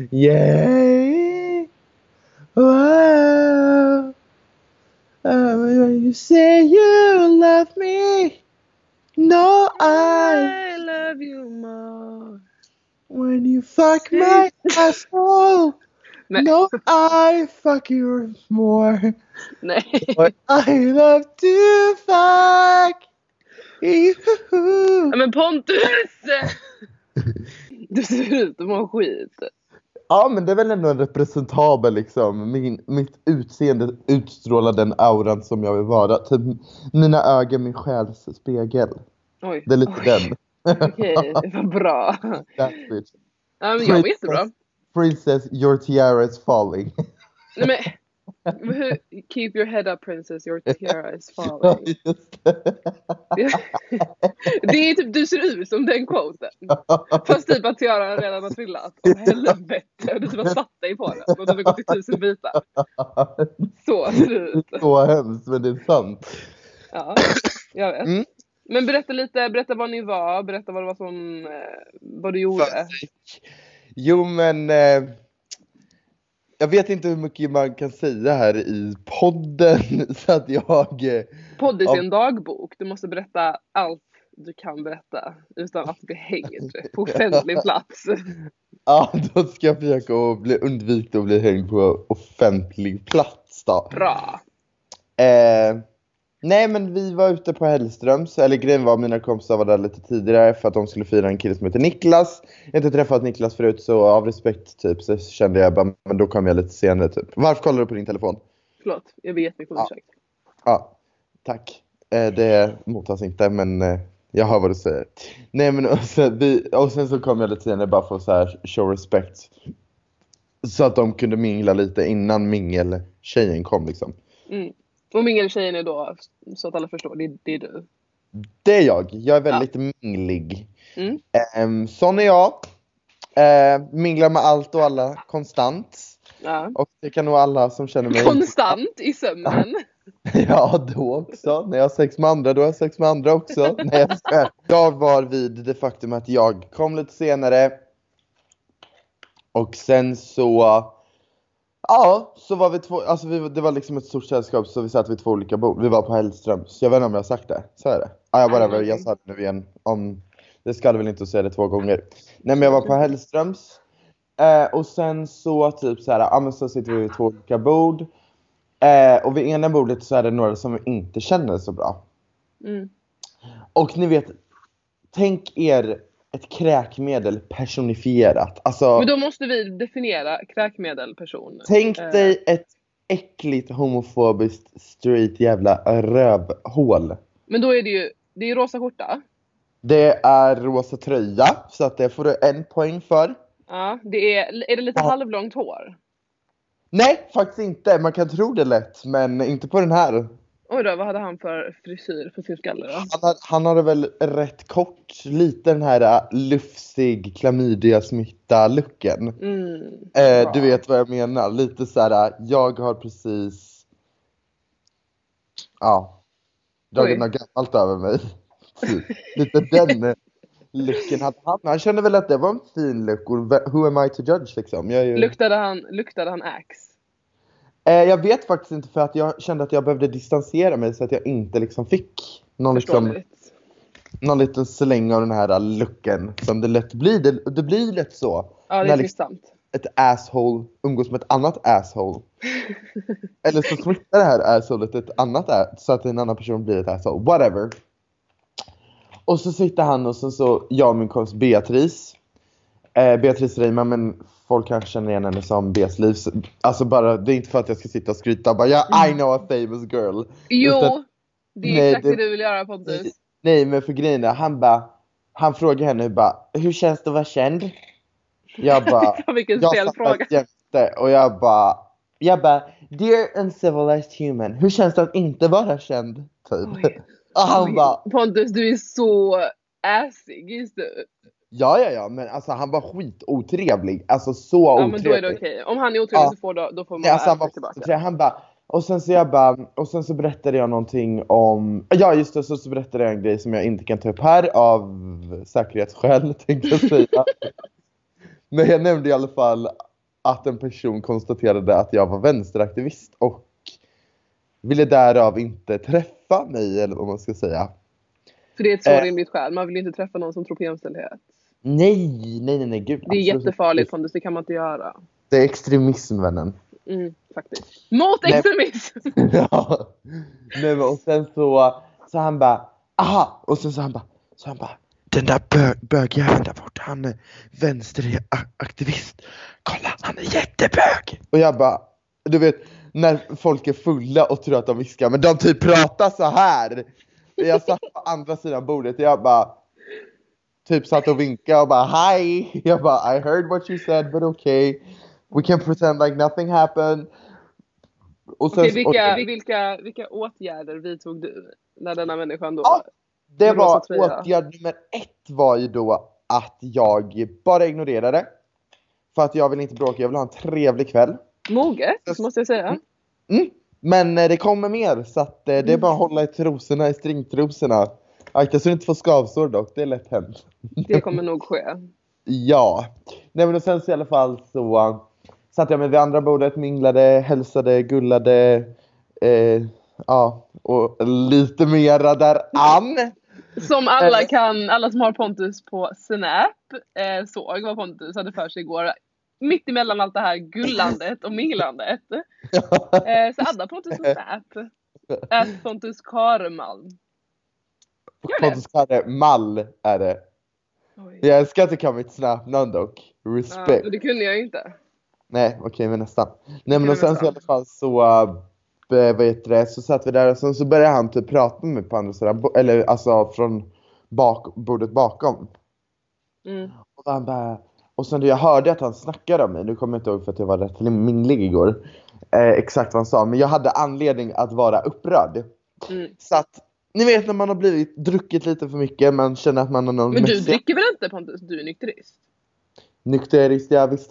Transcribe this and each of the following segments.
Yeah. Wow. When you say you love me. No, I love you more. When you fuck my asshole. Nej. No, I fuck you more. Nej. But I love to fuck you. Men Pontus! Du ser ut att må skit. Ja, men det är väl ändå en representabel liksom. Mitt utseende utstrålar den auran som jag vill vara. Typ mina ögon, min själs spegel. Oj. Det är lite den. Okej, vad bra. That bitch. Ja, men jag var jättebra. Princess, your tiara is falling. Nej, men keep your head up, princess, your tiara is falling. Just det. Det är typ, du ser ut som den quoten. Fast typ att tiaran redan har trillat. Åh helvete, och du typ har satt dig på den. Och du har gått i 1000 bitar. Så ser det ut. Så hemskt, men det är sant. Ja, jag vet. Men berätta vad ni var. Berätta vad det var som, vad du gjorde. Jo, men jag vet inte hur mycket man kan säga här i podden. Så att Podd är en dagbok. Du måste berätta allt du kan berätta utan att bli hängd på offentlig plats. Ja, då ska jag försöka undvika att bli hängd på offentlig plats då. Bra. Nej, men vi var ute på Hellströms. Eller grejen var, mina kompisar var där lite tidigare för att de skulle fira en kille som heter Niklas. Jag har inte träffat Niklas förut, så av respekt typ så kände jag bara, men då kom jag lite senare typ. Varför kollar du på din telefon? Förlåt, jag vet jättemycket om ursäkt. Ja, tack. Det mottas inte, men jag hör vad du säger. Nej, men och sen så kom jag lite senare bara för att så här show respect. Så att de kunde mingla lite innan mingeltjejen kom liksom. Och mingeltjejen är då, så att alla förstår, det är du. Det är jag. Jag är väldigt minglig. Sån är jag. Minglar med allt och alla konstant. Ja. Och det kan nog alla som känner mig. Konstant i sömnen. Ja, då också. När jag har sex med andra, då har jag sex med andra också. Jag var vid det faktum att jag kom lite senare. Och sen så... Ja, så var vi två... Alltså det var liksom ett stort sällskap, så vi satt vid två olika bord. Vi var på Hellströms. Jag vet inte om jag har sagt det. Så är det. Jag sa det nu igen. Det ska det väl inte att säga det 2 gånger. Nej, men jag var på Hellströms. Och sen så typ så här... men så sitter vi vid 2 olika bord. Och vid ena bordet så är det några som vi inte känner så bra. Och ni vet, tänk er ett kräkmedel personifierat. Alltså, men då måste vi definiera kräkmedelperson. Tänk dig ett äckligt homofobiskt straight jävla rövhål. Men då är det är rosa skjorta. Det är rosa tröja, så att det får du 1 poäng för. Ja, är det lite halvlångt hår? Nej, faktiskt inte. Man kan tro det lätt, men inte på den här. Oj då, vad hade han för frisyr på sin skalle då? Han hade väl rätt kort, lite den här lufsig klamydia-smitta-looken. Du vet vad jag menar. Lite så här, jag har precis... dragit något gammalt över mig. Lite den looken hade han. Han kände väl att det var en fin look. Who am I to judge liksom? Luktade han ax? Jag vet faktiskt inte, för att jag kände att jag behövde distansera mig så att jag inte liksom fick någon liten släng av den här looken som det lätt blir. Det blir lätt så. Ja, det är liksom sant. Ett asshole umgås med ett annat asshole. Eller så smittar det här assholet ett annat så att en annan person blir ett asshole. Whatever. Och så sitter han och så jag och min kompis Beatrice Reimann, men folk kanske känner igen henne som B's liv. Alltså bara, det är inte för att jag ska sitta och skryta bara, I know a famous girl. Jo, det är exakt det du vill göra, Pontus. Nej, men för grejen är, han frågar henne bara, hur känns det att vara känd? Jag bara, vilken fel fråga. Och jag bara, dear uncivilized human, hur känns det att inte vara känd? Typ. Och han bara, Pontus, du är så assig just nu. Ja, men alltså han var skitotrevlig. Alltså så otrevlig. Men då är det okej. Om han är otrevlig så då får man alltså, tillbaka. Han bara, och sen så berättade jag någonting om, just det, så berättade jag en grej som jag inte kan ta upp här av säkerhetsskäl, tänkte jag säga. Men jag nämnde i alla fall att en person konstaterade att jag var vänsteraktivist och ville därav inte träffa mig, eller vad man ska säga. För det är ett så rimligt skäl. Man vill ju inte träffa någon som tror på jämställdhet. Nej, gud. Det är jättefarligt, Pontus, det kan man inte göra. Det är extremism, vännen. Faktiskt. Mot extremism! Ja. Nej, men och sen så han bara, aha! Och sen så han bara, den där bögjäveln där borta, han är vänsteraktivist. Kolla, han är jättebög! Och jag bara, du vet, när folk är fulla och tror att de viskar, men de typ pratar så här. Jag satt på andra sidan bordet och jag bara typ satt och vinkade och bara hi. Jag bara I heard what you said but okay. We can pretend like nothing happened. Och sen, vilka åtgärder vidtog du när denna människan då? Ja, det var åtgärd nummer 1 var ju då att jag bara ignorerade. För att jag vill inte bråka, jag vill ha en trevlig kväll. Moget, måste jag säga. Men det kommer mer, så att det är bara att hålla i trosorna, i stringtrosorna. Akta så du inte får skavsår dock, det är lätt hänt. Det kommer nog ske. Ja. Nej, men och sen så i alla fall så satt jag med vid andra bordet, minglade, hälsade, gullade. Ja, och lite mera där an. Som alla som har Pontus på Snap såg vad Pontus hade för sig igår. Mitt emellan allt det här gullandet och minglandet. Så adda Pontus på Snap. Pontus Karemalm. Pontus Karemal är det. Oj. Jag ska inte komma mitt Snap-namn dock. Respect. Ja, det kunde jag inte. Nej, okej, men nästan. Nej, men och sen så i alla fall så så satt vi där och sen så började han typ prata med mig på andra sidan, eller alltså från bordet bakom. Och han bara, och sen jag hörde att han snackade om mig. Nu kommer jag inte ihåg för att jag var rätt minglig igår. Exakt vad han sa, men jag hade anledning att vara upprörd. Så att ni vet när man har druckit lite för mycket, man känner att man har någon. Men du dricker väl inte, Pontus? Du är nykterist. Nykterist, ja visst.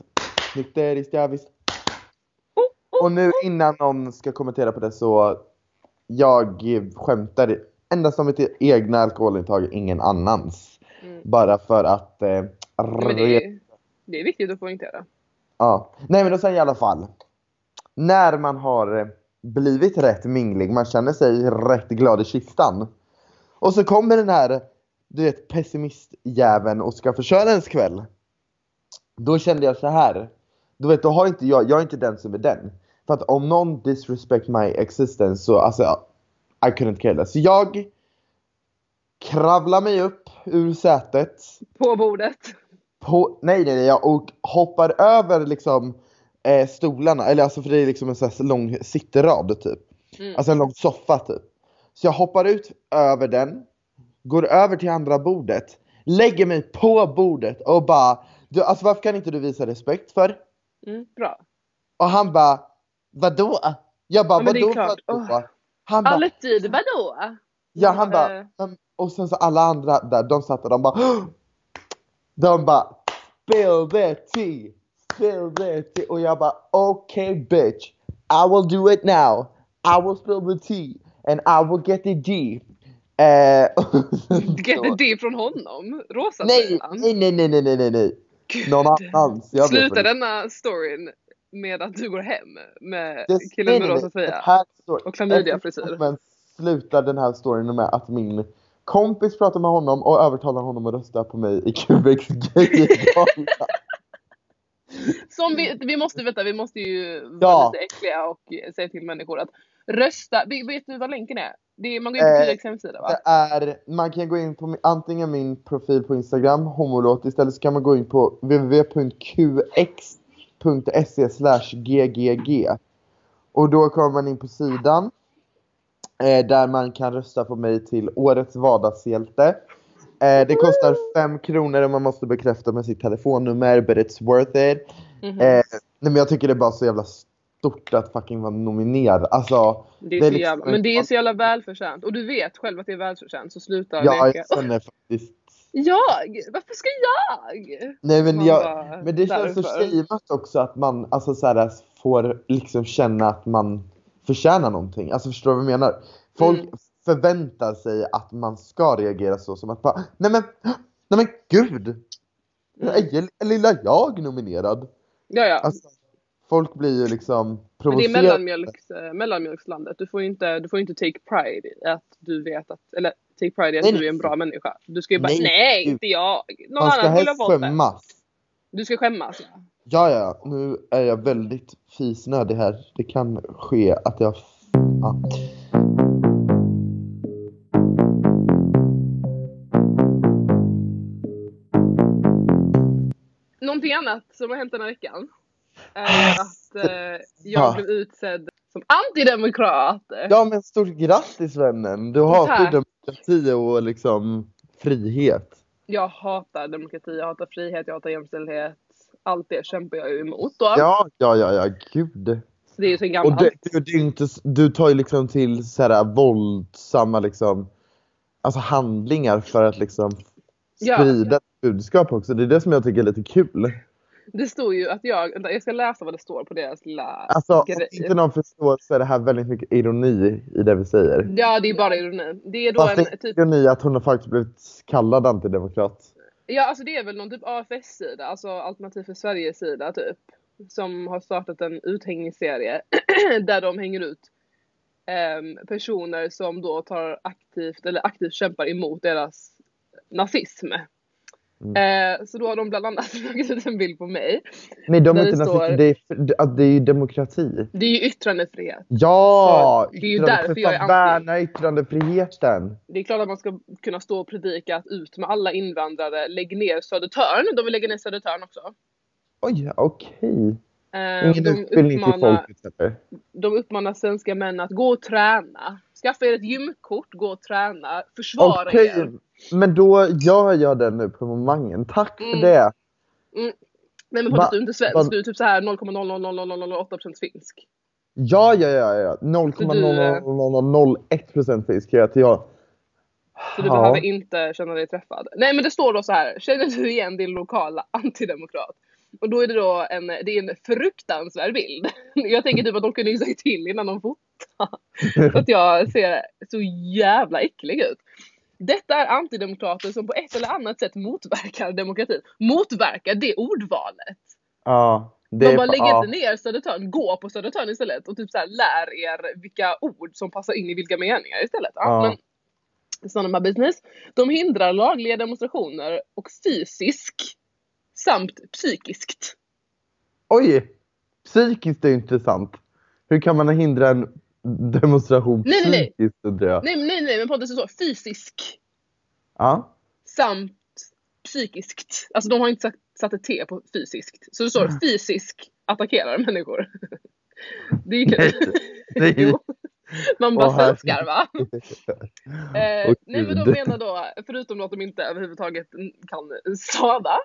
Och nu innan någon ska kommentera på det så jag skämtar endast om mitt egna alkoholintag, ingen annans. Bara för att men det är viktigt att poängtera. Ja. Nej, men då säger i alla fall, när man har blivit rätt minglig, man känner sig rätt glad i kistan. Och så kommer den här, du vet, pessimistjäveln och ska förstöra ens kväll. Då kände jag så här. Du vet, då har inte jag är inte den som är den. För att om någon disrespect my existence så alltså I couldn't care less. Så jag kravlar mig upp ur sätet. På bordet. Nej, och hoppar över liksom stolarna. Eller alltså för det är liksom en sån här lång sittrad typ. Alltså en lång soffa typ. Så jag hoppar ut över den. Går över till andra bordet. Lägger mig på bordet och bara alltså varför kan inte du visa respekt för? Bra. Och han bara, vadå? Jag bara, vadå? Han bara, alltid, vadå? Ja, han bara, och sen så alla andra där, de satt och de bara, spill their tea. Och jag bara, okay bitch, I will do it now. I will spill the tea and I will get the D. Get the D från honom? Rosa? Nej. Någon annans. Sluta denna storyn med att du går hem med killen med rosa tröja och klamydia-frisyr. Men slutar den här storyn med att min kompis pratar med honom och övertalar honom att rösta på mig i QX Gay-galan. Som vi måste ju vara lite äckliga och säga till människor att rösta. Vet du vad länken är? Man går in på QX hemsida, va? Man kan gå in på antingen min profil på Instagram, homolåt, istället så kan man gå in på www.qx.se/ggg. Och då kommer man in på sidan där man kan rösta på mig till årets vardagshjälte. Det kostar 5 kronor och man måste bekräfta med sitt telefonnummer, but it's worth it. Nej, men jag tycker det är bara så jävla stort att fucking vara nominerad. Alltså, det är så jävla, men det är så jävla välförtjänt. Och du vet själv att det är välförtjänt, så sluta leka. Jag känner faktiskt. Varför ska jag? Nej, men men det känns så shameat också att man alltså så här, får liksom känna att man förtjänar någonting. Alltså förstår du vad jag menar? Folk förväntar sig att man ska reagera så, som att bara, nej men gud. Är lilla jag nominerad? Ja. Alltså, folk blir ju liksom Men det är provocerade. mellanmjölkslandet. Du får inte take pride i att du vet att, eller take pride i att Nej, du är en bra människa. Du ska ju bara, nej, nej, gud. inte jag. Någon Man ska annan skulle helst ha valt det. skämmas. Du ska skämmas, ja. Ja, nu är jag väldigt fisnödig här. Det kan ske att jag... Ja. Någonting annat som har hänt den här veckan är att jag blev utsedd som antidemokrat. Ja, men stort grattis, vännen. Du hatar Tack. demokrati och liksom frihet. Jag hatar demokrati, jag hatar frihet, jag hatar jämställdhet. Allt det kämpar jag ju emot då. Ja, gud. Det är ju så Och gammalt. det är inte, du tar ju liksom till så här våldsamma liksom, alltså handlingar för att liksom sprida budskap också. Det är det som jag tycker är lite kul. Det står ju att jag ska läsa vad det står på deras lilla Alltså, om grej. inte någon förstår så är det här väldigt mycket ironi i det vi säger. Ja, det är bara ironi. Det är då Fast det är typ... ironi att hon har faktiskt blivit kallad antidemokrat. Ja, alltså det är väl någon typ AFS-sida, alltså Alternativ för Sverige-sida typ. Som har startat en uthängningsserie där de hänger ut personer som då tar aktivt kämpar emot deras nazism. Så då har de bland annat lagt ut en bild på mig. Nej, de är där inte det står- nazister, det är ju demokrati. Det är ju yttrandefrihet. Ja, Så det är ju därför jag är anti. värna yttrandefriheten. Det är klart att man ska kunna stå och predika att ut med alla invandrare, lägg ner Södertörn. De vill lägga ner Södertörn också. Oj, okej. Ingen De utbildning till folket eller? de uppmanar svenska män att gå och träna. Skaffa er ett gymkort, gå och träna. Försvara er. Men då gör jag den nu på momangen. Tack för det. Nej, men du är inte svensk, du är typ så här 0,00008% finsk. Ja. 0,0001% fisk heter jag. Så du behöver inte känna dig träffad. Nej, men det står då så här: känner du igen din lokala antidemokrat? Och då är det då det är en fruktansvärd bild. Jag tänker typ att de kunde ju säga till innan de fotar. För att jag ser så jävla äcklig ut. Detta är antidemokrater som på ett eller annat sätt motverkar demokratin. Motverkar det ordvalet. Ja. De bara lägger inte ner Södertörn, gå på Södertörn istället. Och typ så här, lär er vilka ord som passar in i vilka meningar istället. Men sådana business. De hindrar lagliga demonstrationer och samt psykiskt. Oj, psykiskt är intressant. Hur kan man hindra en demonstration psykiskt, undrar jag? Nej, men på det så fysisk. Ja. Samt psykiskt. Alltså de har inte satt ett T på fysiskt. Så det står fysisk attackerar människor. Det är ju kul. Nej. Man bara svenskar, va? Nej, men de menar då, förutom att de inte överhuvudtaget kan stava,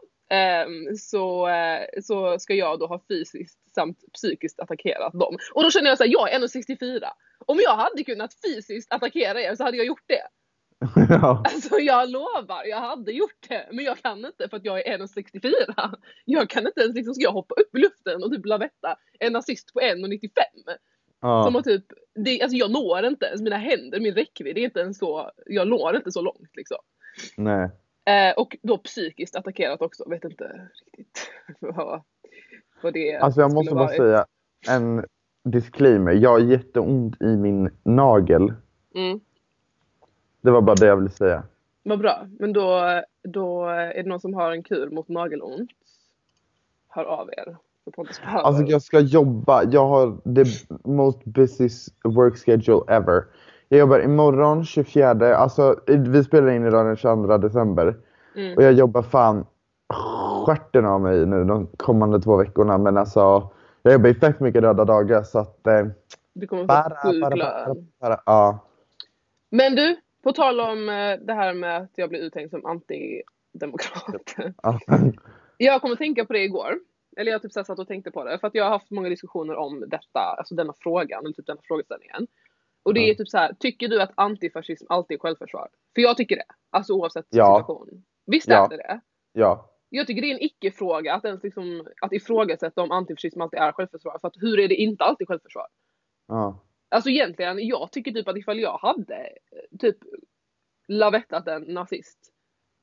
så ska jag då ha fysiskt samt psykiskt attackerat dem. Och då känner jag så här, jag är 1,64. Om jag hade kunnat fysiskt attackera er så hade jag gjort det. Ja. Alltså jag lovar, jag hade gjort det. Men jag kan inte för att jag är 1,64. Jag kan inte ens liksom, ska jag hoppa upp i luften och typ lavetta en nazist på 1,95. Som har typ, alltså jag når inte ens mina händer, min räckvidd, det är inte ens så, jag når inte så långt liksom. Nej. Och då psykiskt attackerat också, vet inte riktigt vad det är. Alltså jag måste bara säga en disclaimer, jag har jätteont i min nagel. Det var bara det jag ville säga. Vad bra, men då är det någon som har en kur mot nagelont. Hör av er. Alltså jag ska jobba. Jag har the most busy work schedule ever. Jag jobbar imorgon 24. Alltså vi spelar in idag den 22 december. Och jag jobbar fan stjärten av mig nu de kommande 2 veckorna. Men alltså jag jobbar ju fett mycket röda dagar så att du kommer få sjuk lön. Ja. Men du, på tal om det här med att jag blir uttänkt som antidemokrat. Jag kommer tänka på det igår. Eller jag typ satt och tänkte på det. För att jag har haft många diskussioner om detta. Alltså denna frågan. Eller typ denna frågeställningen. Och det är typ så här. Tycker du att antifascism alltid är självförsvar? För jag tycker det. Alltså oavsett situation. Visst är det? Ja. Jag tycker det är en icke-fråga. Att ens liksom, att ifrågasätta om antifascism alltid är självförsvar. För att hur är det inte alltid självförsvar? Ja. Alltså egentligen. Jag tycker typ att ifall jag hade typ lavettat en nazist.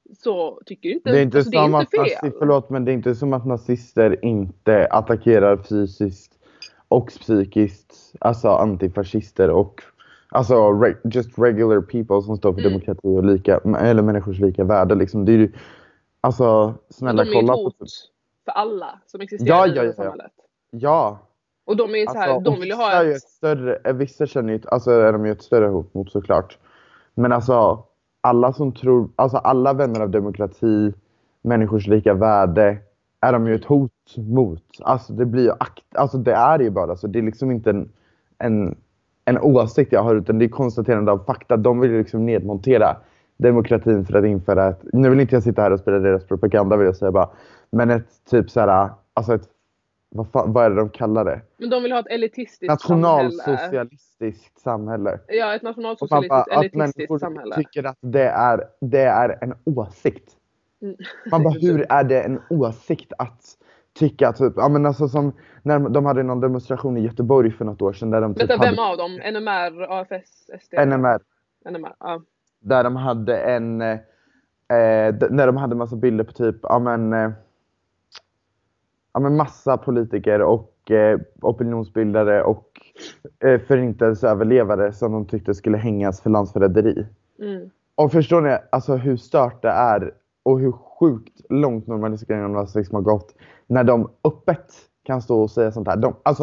så tycker inte, Det är inte alltså, det är som inte att fel. förlåt, men det är inte som att nazister inte attackerar fysiskt och psykiskt, alltså antifascister och alltså just regular people som står för demokrati och lika, eller människors lika värde liksom. Det är ju, alltså Men snälla de är ju ett kolla hot på för alla som existerar i det här samhället. ja. Och de är så här, Alltså, de vill ju ha vissa känner ju, alltså är de ju ett större hot mot såklart. Men alltså alla som tror, alltså alla vänner av demokrati, människors lika värde, är de ju ett hot mot. Alltså det blir ju alltså det är ju bara så, det är liksom inte en åsikt jag har, utan det är konstaterande av fakta. De vill ju liksom nedmontera demokratin för att införa ett, nu vill inte jag sitta här och spela deras propaganda vill jag säga bara, men ett typ så här, alltså ett, vad är det de kallar det? Men de vill ha ett elitistiskt nationalsocialistiskt samhälle. Ja, ett nationalsocialistiskt elitistiskt samhälle. Tycker att det är en åsikt. Man bara, hur är det en åsikt att tycka typ, ja men alltså som när de hade någon demonstration i Göteborg för något år sedan där de typ hade... Vem av dem? NMR, AFS, SD? NMR, ja. Där de hade när de hade massa bilder på typ, ja men massa politiker och opinionsbildare och förintelseöverlevare som de tyckte skulle hängas för landsförräderi. Och förstår ni alltså hur stört det är och hur sjukt långt normaliseringen av nazism har gått när de öppet kan stå och säga sånt här.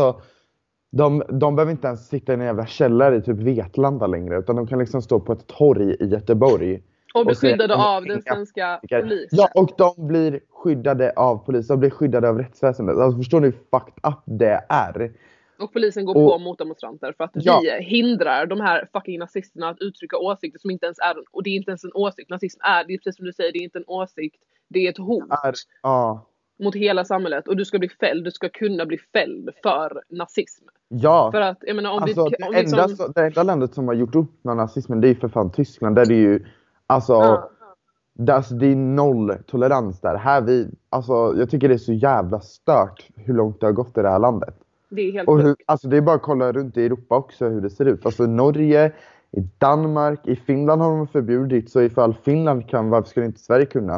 De behöver inte ens sitta i en jävla källare i typ Vetlanda längre, utan de kan liksom stå på ett torg i Göteborg. Och bli skyddade av den svenska polisen. Ja, och de blir skyddade av polisen. De blir skyddade av rättsväsendet. Alltså förstår ni hur fucked up det är? Och polisen går på mot demonstranter för att vi hindrar de här fucking nazisterna att uttrycka åsikter som inte ens är, och det är inte ens en åsikt. Nazism det är precis som du säger, det är inte en åsikt. Det är ett hot mot hela samhället. Och du ska bli fälld, du ska kunna bli fälld för nazism. Ja, för att, jag menar, om alltså, det enda landet som har gjort upp med nazismen, det är för fan Tyskland. Där det är ju, alltså, det är noll tolerans där. Här alltså, jag tycker det är så jävla stört hur långt det har gått i det här landet. Det är helt och alltså, det är bara att kolla runt i Europa också hur det ser ut. Alltså Norge, i Danmark, i Finland har de förbjudit. Så ifall Finland kan, varför skulle inte Sverige kunna?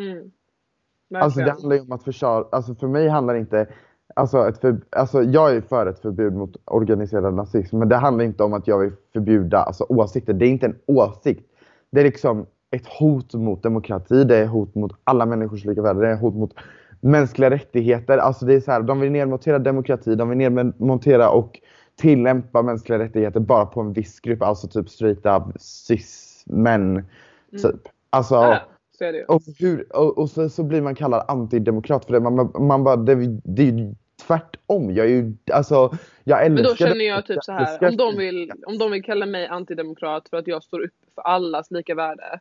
Alltså det handlar ju om att försvara, alltså för mig handlar det inte, alltså jag är för ett förbud mot organiserad nazism, men det handlar inte om att jag vill förbjuda alltså åsikter. Det är inte en åsikt. Det är liksom ett hot mot demokrati, det är ett hot mot alla människors lika värde, det är ett hot mot mänskliga rättigheter. Alltså det är så här, de vill nedmontera demokrati, de vill nedmontera och tillämpa mänskliga rättigheter bara på en viss grupp, alltså typ straight up cis-män typ. Alltså och så blir man kallad antidemokrat för det. Man bara, det är ju tvärtom. Jag är ju, alltså, jag älskar. Men då känner jag typ så här, om de vill kalla mig antidemokrat för att jag står upp för allas lika värde.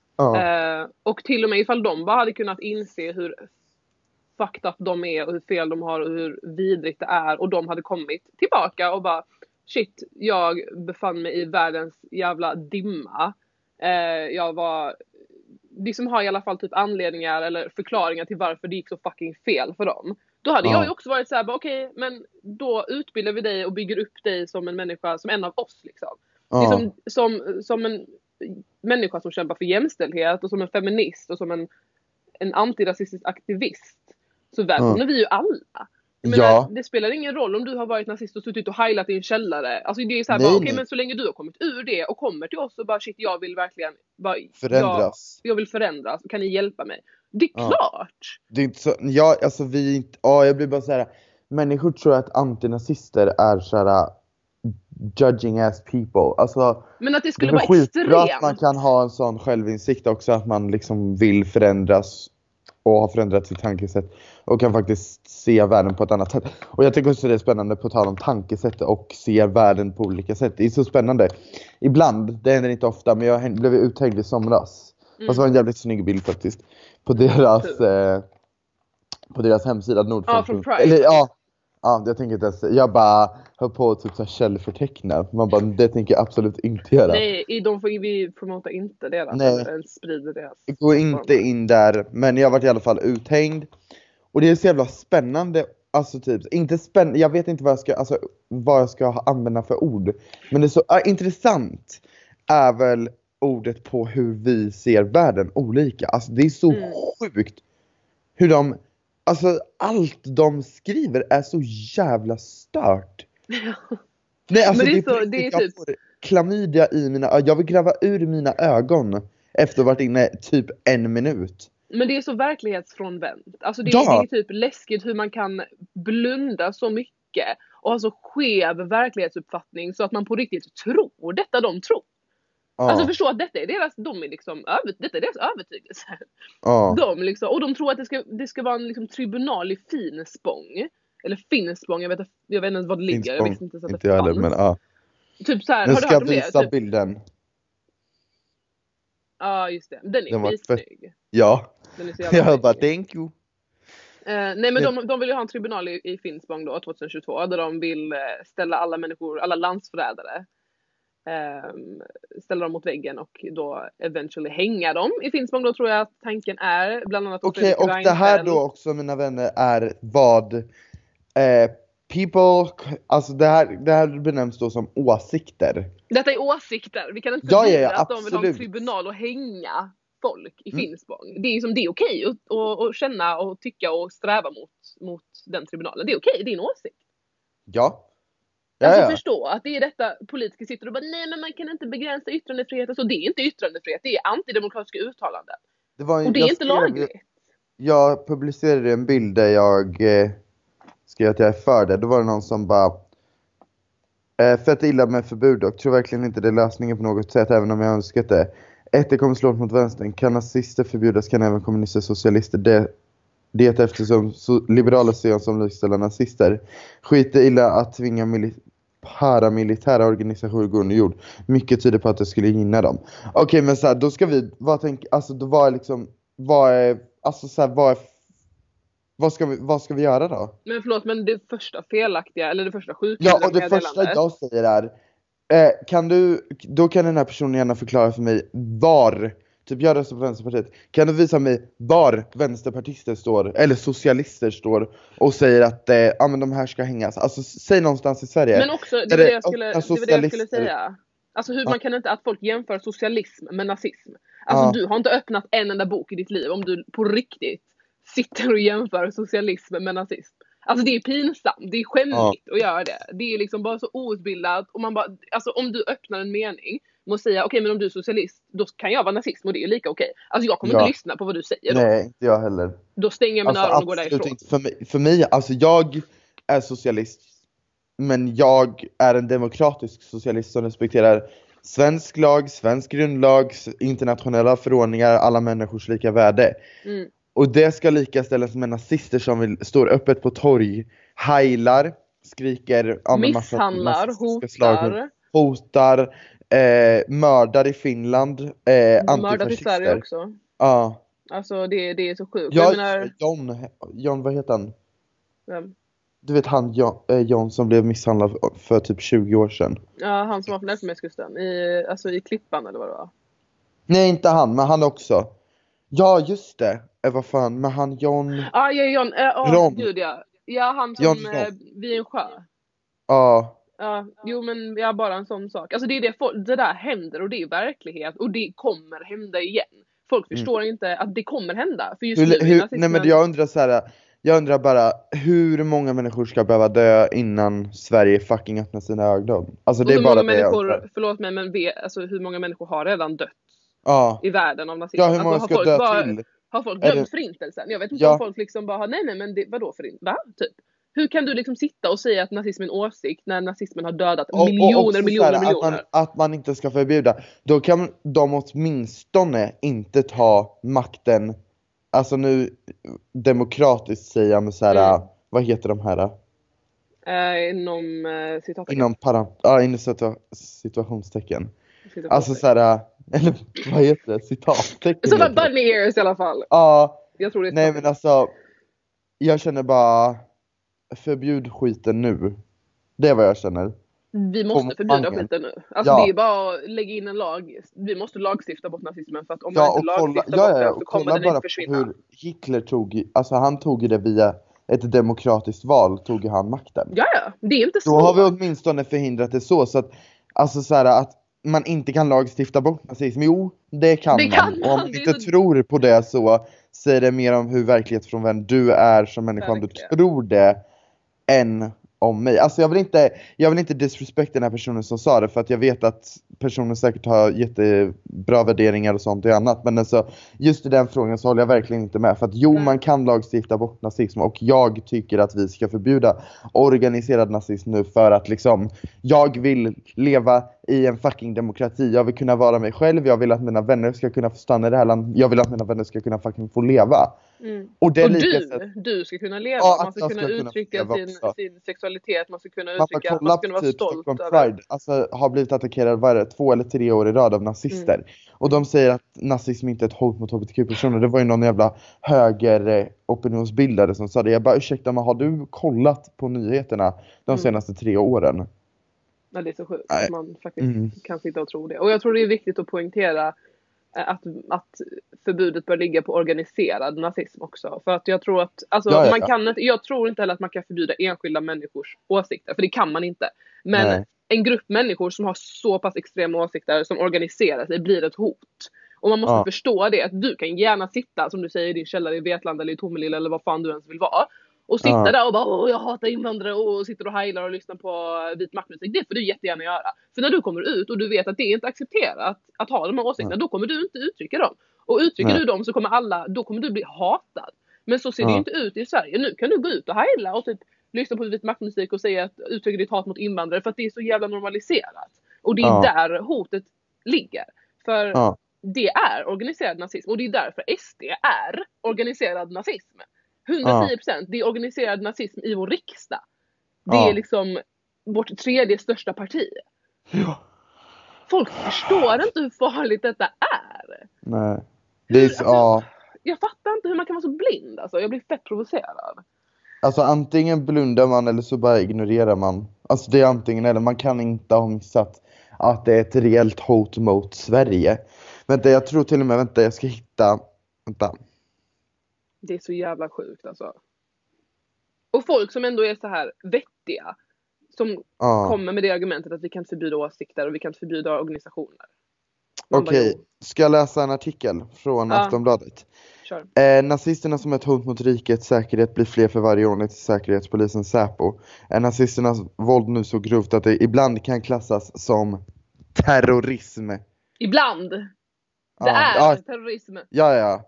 Och till och med ifall de bara hade kunnat inse hur fucked up de är och hur fel de har och hur vidrigt det är, och de hade kommit tillbaka och bara, shit, jag befann mig i världens jävla dimma. Jag var liksom, har i alla fall typ anledningar eller förklaringar till varför det gick så fucking fel för dem. Då hade jag ju också varit såhär, okej, men då utbildar vi dig och bygger upp dig som en människa, som en av oss liksom. Liksom, som en människa som kämpar för jämställdhet och som en feminist och som en antirasistisk aktivist. Så välkomnar vi ju alla. Men det spelar ingen roll om du har varit nazist och suttit och heilat i en källare. Alltså det är så här, okej, men så länge du har kommit ur det och kommer till oss och bara, shit, jag vill verkligen bara förändras. Jag vill förändras. Kan ni hjälpa mig? Det är klart. Det är inte så, alltså jag blir bara så här, människor tror att antinazister är så här judging as people. Alltså, men att det skulle vara extremt. Att man kan ha en sån självinsikt också, att man liksom vill förändras och har förändrat sitt tankesätt och kan faktiskt se världen på ett annat sätt. Och jag tycker också det är spännande på tal om tankesätt och se världen på olika sätt. Det är så spännande. Ibland, det händer inte ofta, men jag blev uthängd i somras. Fast det var en jävligt snygg bild faktiskt. På deras hemsida Nordfront. Eller jag tänker inte ens. Jag bara hör på typ så här källförtecknar. Man bara, det tänker jag absolut inte göra. Nej, vi promotar inte deras. Nej. Eller sprider deras. Gå inte in där. Men jag har varit i alla fall uthängd. Och det är så jävla spännande. Alltså typ, inte spännande. Jag vet inte vad jag ska använda för ord. Men det är så intressant är väl ordet på hur vi ser världen olika. Alltså det är så sjukt hur de, alltså allt de skriver är så jävla stört. Nej, alltså Men det är typ klamydia i mina ögon. Jag vill gräva ur mina ögon efter att ha varit inne typ 1 minut. Men det är så verklighetsfrånvänt. Alltså det är typ läskigt hur man kan blunda så mycket och ha så skev verklighetsuppfattning så att man på riktigt tror detta de tror. Alltså förstå att detta är deras, detta är deras övertygelse. De liksom, och de tror att det ska vara en liksom tribunal i Finspång. Eller Finspång, jag vet inte ens var det ligger. Jag visste inte så att det fanns. Heller, men typ så här, nu har du ska hört om det? visa Typ bilden. Ja, just det. Den är skitsnygg. Ja. Jag bara, thank you. Nej, men de vill ju ha en tribunal i Finspång då, 2022. Där de vill ställa alla människor, alla landsförrädare. Ställa dem mot väggen och då eventually hänga dem i Finspång. Då tror jag att tanken är bland annat. Okej, och det här då också, mina vänner, är vad people, alltså det här benämns då som åsikter. Detta är åsikter. Vi kan inte säga att de vill ha en tribunal och hänga folk i Finspång. Det är som det är okej att känna och tycka och sträva mot den tribunalen. Det är okej, det är en åsikt. Ja. Alltså förstå att det är detta politiker sitter och bara nej, men man kan inte begränsa yttrandefrihet. Alltså det är inte yttrandefrihet, det är antidemokratiska uttalanden. Och det är inte lagligt. Jag publicerade en bild där jag skrev att jag är för det. Då var det någon som bara fett illa med förbud och tror verkligen inte det är lösningen på något sätt, även om jag önskat det. Det kommer slå mot vänstern. Kan nazister förbjudas, kan även kommunister och socialister. Det eftersom liberaler ser som likställda nazister. Skiter illa att tvinga paramilitära organisationer gå under jord. Mycket tyder på att det skulle gynna dem. Okej, men så här, då ska vi vad ska vi göra då? Men förlåt, men det första felaktiga eller det första sjuka. Ja, och det första jag säger är då kan den här personen gärna förklara för mig var, typ jag röstar på Vänsterpartiet, kan du visa mig var vänsterpartister står eller socialister står och säger att men de här ska hängas. Alltså säg någonstans i Sverige. Men också det var det jag skulle säga. Alltså hur man kan inte att folk jämför socialism med nazism. Alltså du har inte öppnat en enda bok i ditt liv om du på riktigt sitter och jämför socialism med nazism. Alltså det är pinsamt, det är skämmigt att göra det. Det är liksom bara så outbildat. Och man bara, alltså om du öppnar en mening och säga okej, men om du är socialist, då kan jag vara nazist och det är lika okej. Alltså jag kommer inte lyssna på vad du säger då. Nej, inte jag heller. Då stänger jag mina öron och går därifrån. För mig, alltså jag är socialist, men jag är en demokratisk socialist som respekterar svensk lag, svensk grundlag, internationella förordningar, alla människors lika värde. Och det ska lika ställas med nazister som står öppet på torg, heilar, skriker, misshandlar, hotar, mördar i Finland, antifascister. Mördar i Sverige också. Ja. Alltså det är så sjukt. Ja, John, vad heter han? Vem? Du vet han John som blev misshandlad för typ 20 år sedan. Ja, han som var från Elfenbenskusten. I Klippan eller vad det var. Nej, inte han, men han också. Ja, just det. Vad fan, men han John... Ja, John. Ron. Gud, ja. Ja, han som vid en sjö. Ja. Ja, jo men bara en sån sak. Alltså det är det där händer och det är verklighet. Och det kommer hända igen. Folk förstår inte att det kommer hända. För just nej, men jag undrar bara hur många människor ska behöva dö innan Sverige fucking öppnar sina ögon. Alltså det är bara det. Förlåt mig, men alltså, hur många människor har redan dött i världen av nazism? Ja, hur många ska dö till? Har folk glömt förintelsen? Jag vet inte om folk liksom bara nej men vadå förintelsen? Typ. Hur kan du liksom sitta och säga att nazism är en åsikt när nazismen har dödat miljoner? Att man inte ska förbjuda. Då kan de åtminstone inte ta makten. Alltså nu demokratiskt säga med så här, vad heter de här? Inom situationstecken. Alltså så här, eller vad heter det? Citattecken. Så var bunny ears i alla fall. Ja. Jag tror det är nej men alltså jag känner bara förbjud skiten nu. Det är vad jag känner. Vi måste förbjuda skiten nu. Alltså det är bara att lägga in en lag. Vi måste lagstifta bort nazismen för att om man inte lagstiftar bort den så kommer den inte försvinna. Hur Hitler han tog det via ett demokratiskt val, tog han makten. Ja, det är inte så. Då har vi åtminstone förhindrat det så att alltså så här att man inte kan lagstifta bort nazism. Jo, det kan Det man. kan Och om man, du det är inte så- tror på det så säger det mer om hur verklighetsfrånvänd du är som människa om du Verkligen. tror det än om mig. Alltså jag vill inte disrespekta den här personen som sa det, för att jag vet att personen säkert har jättebra värderingar och sånt och annat, men alltså just i den frågan så håller jag verkligen inte med, för att jo, man kan lagstifta bort nazism, och jag tycker att vi ska förbjuda organiserad nazism nu, för att liksom jag vill leva i en fucking demokrati. Jag vill kunna vara mig själv, jag vill att mina vänner ska kunna få stanna i det här landet, jag vill att mina vänner ska kunna fucking få leva. Och det är du ska kunna leva, Ja, man att ska jag kunna ska kunna uttrycka leva också. sin sexualitet, man ska kunna Man får uttrycka, man kolla ska kunna på vara typ stolt Stockholm över. Pride, alltså har blivit attackerad, vad är det, 2 eller 3 år i rad av nazister. Och de säger att nazism inte är ett hot mot hbtq-personer. Det var ju någon jävla höger opinionsbildare som sa det. Jag bara, ursäkta, men har du kollat på nyheterna de senaste 3 åren? Ja, det är så sjukt Nej. att man faktiskt kan sitta och tro det. Och jag tror det är viktigt att poängtera att förbudet bör ligga på organiserad nazism också. För att jag tror att, alltså, jag tror inte heller att man kan förbjuda enskilda människors åsikter, för det kan man inte. Men en grupp människor som har så pass extrema åsikter som organiserar sig blir ett hot. Och man måste förstå det, att du kan gärna sitta, som du säger, i din källare i Vetlanda eller i Tomelilla eller vad fan du ens vill vara. Och sitta där och bara, jag hatar invandrare, och sitter och heilar och lyssnar på vit maktmusik. Det får du jättegärna göra. För när du kommer ut och du vet att det är inte accepterat att ha de här åsikterna, då kommer du inte uttrycka dem. Och uttrycker du dem så kommer då kommer du bli hatad. Men så ser det ju inte ut i Sverige. Nu kan du gå ut och heila och typ lyssna på vit maktmusik och säga att uttrycka ditt hat mot invandrare, för att det är så jävla normaliserat. Och det är där hotet ligger. För det är organiserad nazism, och det är därför SD är organiserad nazism. 110%. Det är organiserad nazism i vår riksdag. Det är liksom vårt 3:e största parti. Ja. Folk förstår inte hur farligt detta är. Nej. Det är jag fattar inte hur man kan vara så blind. Alltså, jag blir fett provocerad. Alltså antingen blundar man eller så bara ignorerar man. Alltså det är antingen eller. Man kan inte ha missat att det är ett reellt hot mot Sverige. Vänta, jag tror till och med, jag ska hitta. Vänta. Det är så jävla sjukt alltså. Och folk som ändå är så här vettiga, som kommer med det argumentet att vi kan förbjuda åsikter och vi kan förbjuda organisationer. Okej, ska jag läsa en artikel från Aftonbladet? Kör. Nazisterna som ett hot mot rikets säkerhet blir fler för varje år enligt Säkerhetspolisen Säpo. Är nazisternas våld nu så grovt att det ibland kan klassas som terrorism? Ibland? Det är terrorism. Ja.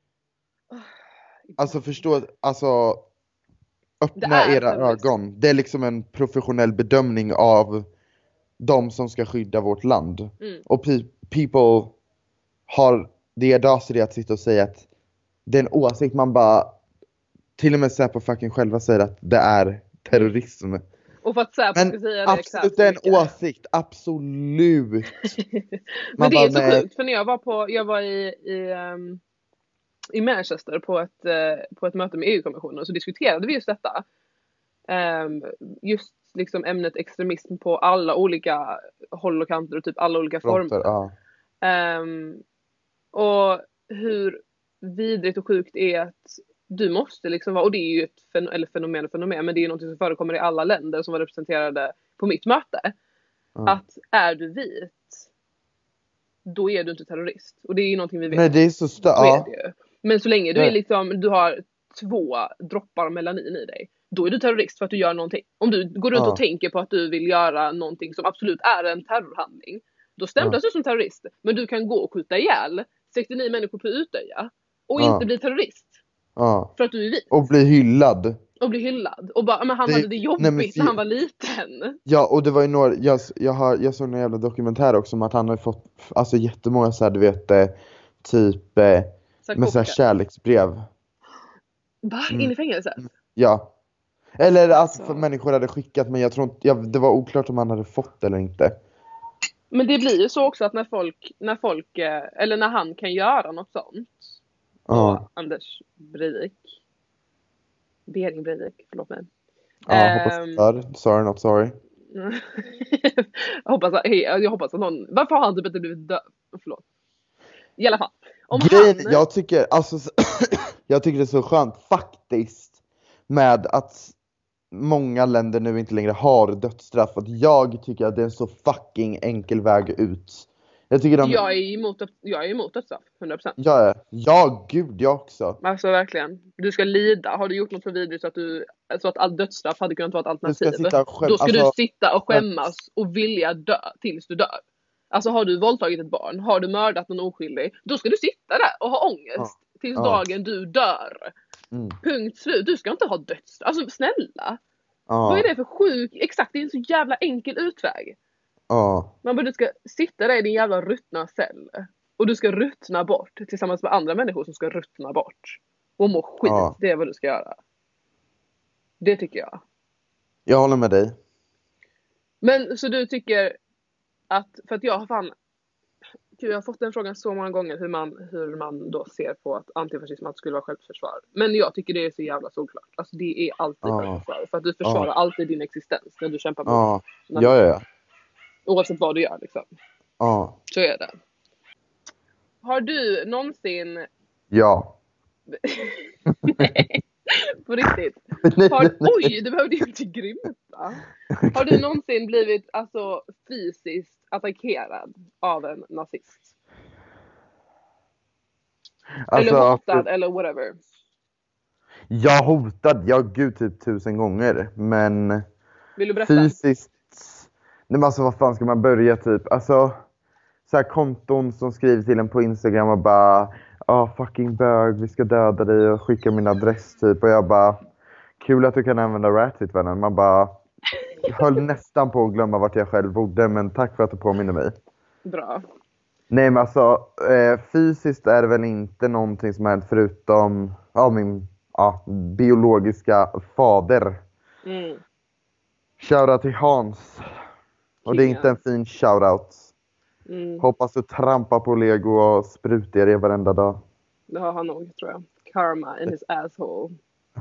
Alltså förstå, alltså öppna era ögon. Det är liksom en professionell bedömning av de som ska skydda vårt land. Och people har the audacity att sitta och säga att det är en åsikt, man bara, till och med Säpo fucking själva säger att det är terrorism. Och för att Säpo ska säga det, absolut, det är en åsikt, absolut. Men det är så sjukt, för när jag var i Manchester på ett möte med EU-kommissionen, så diskuterade vi just detta. Just liksom ämnet extremism på alla olika håll och kanter och typ alla olika former. Och hur vidrigt och sjukt är att du måste liksom vara, och det är ju ett fenomen, men det är ju något som förekommer i alla länder som var representerade på mitt möte. Att är du vit, då är du inte terrorist. Och det är ju någonting vi vet. Nej, det är så men så länge du är liksom, du har 2 droppar melanin i dig, då är du terrorist för att du gör någonting. Om du går runt och tänker på att du vill göra någonting som absolut är en terrorhandling, då stämplas du som terrorist. Men du kan gå och skjuta ihjäl 69 människor på Utöja och inte bli terrorist. För att du är vit. Och bli hyllad. Och bara, men han hade det jobbigt när han var liten. Ja, och det var ju några, jag såg en jävla dokumentär också om att han har fått, alltså jättemånga så här, du vet, typ med så här kärleksbrev. In i fängelset? Ja. Eller alltså för människor hade skickat, men jag tror inte, det var oklart om han hade fått eller inte. Men det blir ju så också att när folk eller när han kan göra något sånt. Anders Breivik. Bering Breivik, förlåt mig. Hoppas sorry not sorry. jag hoppas att någon, varför har han typ inte blivit död? Förlåt. I alla fall. Jag tycker det är så skönt faktiskt med att många länder nu inte längre har dödsstraff. Att jag tycker att det är en så fucking enkel väg ut. Jag tycker Jag är emot dödsstraff, 100%. Ja, gud, jag också. Alltså verkligen. Du ska lida. Har du gjort något så vidrigt så att all dödsstraff hade kunnat vara ett alternativ? Då ska du sitta och skämmas och vilja dö tills du dör. Alltså har du våldtagit ett barn, har du mördat någon oskyldig, då ska du sitta där och ha ångest tills dagen du dör. Punkt slut. Du ska inte ha dödsstraff. Alltså snälla. Vad är det för exakt, det är en så jävla enkel utväg. Man bara, du ska sitta där i din jävla ruttna cell. Och du ska ruttna bort tillsammans med andra människor som ska ruttna bort. Och må skit, det är vad du ska göra. Det tycker jag. Jag håller med dig. Men så du tycker att, för att jag har fått den frågan så många gånger hur man då ser på att antifascism skulle vara självförsvar. Men jag tycker det är så jävla solklart. Alltså det är alltid självförsvar. För att du försvarar alltid din existens när du kämpar mot. Ja. Oavsett vad du gör liksom. Så är det. Har du någonsin... Ja. Nej, på riktigt. Oj, det behövde ju inte grymta. Har du någonsin blivit fysiskt attackerad av en nazist? Eller hotad eller whatever? Jag hotad, gud typ 1000 gånger. Men vill du berätta? Fysiskt. Nej men alltså vad fan ska man börja typ? Alltså så här konton som skriver till en på Instagram och bara fucking bög, vi ska döda dig och skicka min adress typ. Och jag bara, kul att du kan använda Ratfit vännen. Man bara, jag höll nästan på att glömma vart jag själv bodde, men tack för att du påminner mig. Bra. Nej men alltså fysiskt är det väl inte någonting som har hänt förutom min biologiska fader. Shoutout till Hans. Och det är inte en fin shoutout. Hoppas du trampar på Lego och sprutar det varenda dag. Det har han nog, tror jag. Karma in his asshole.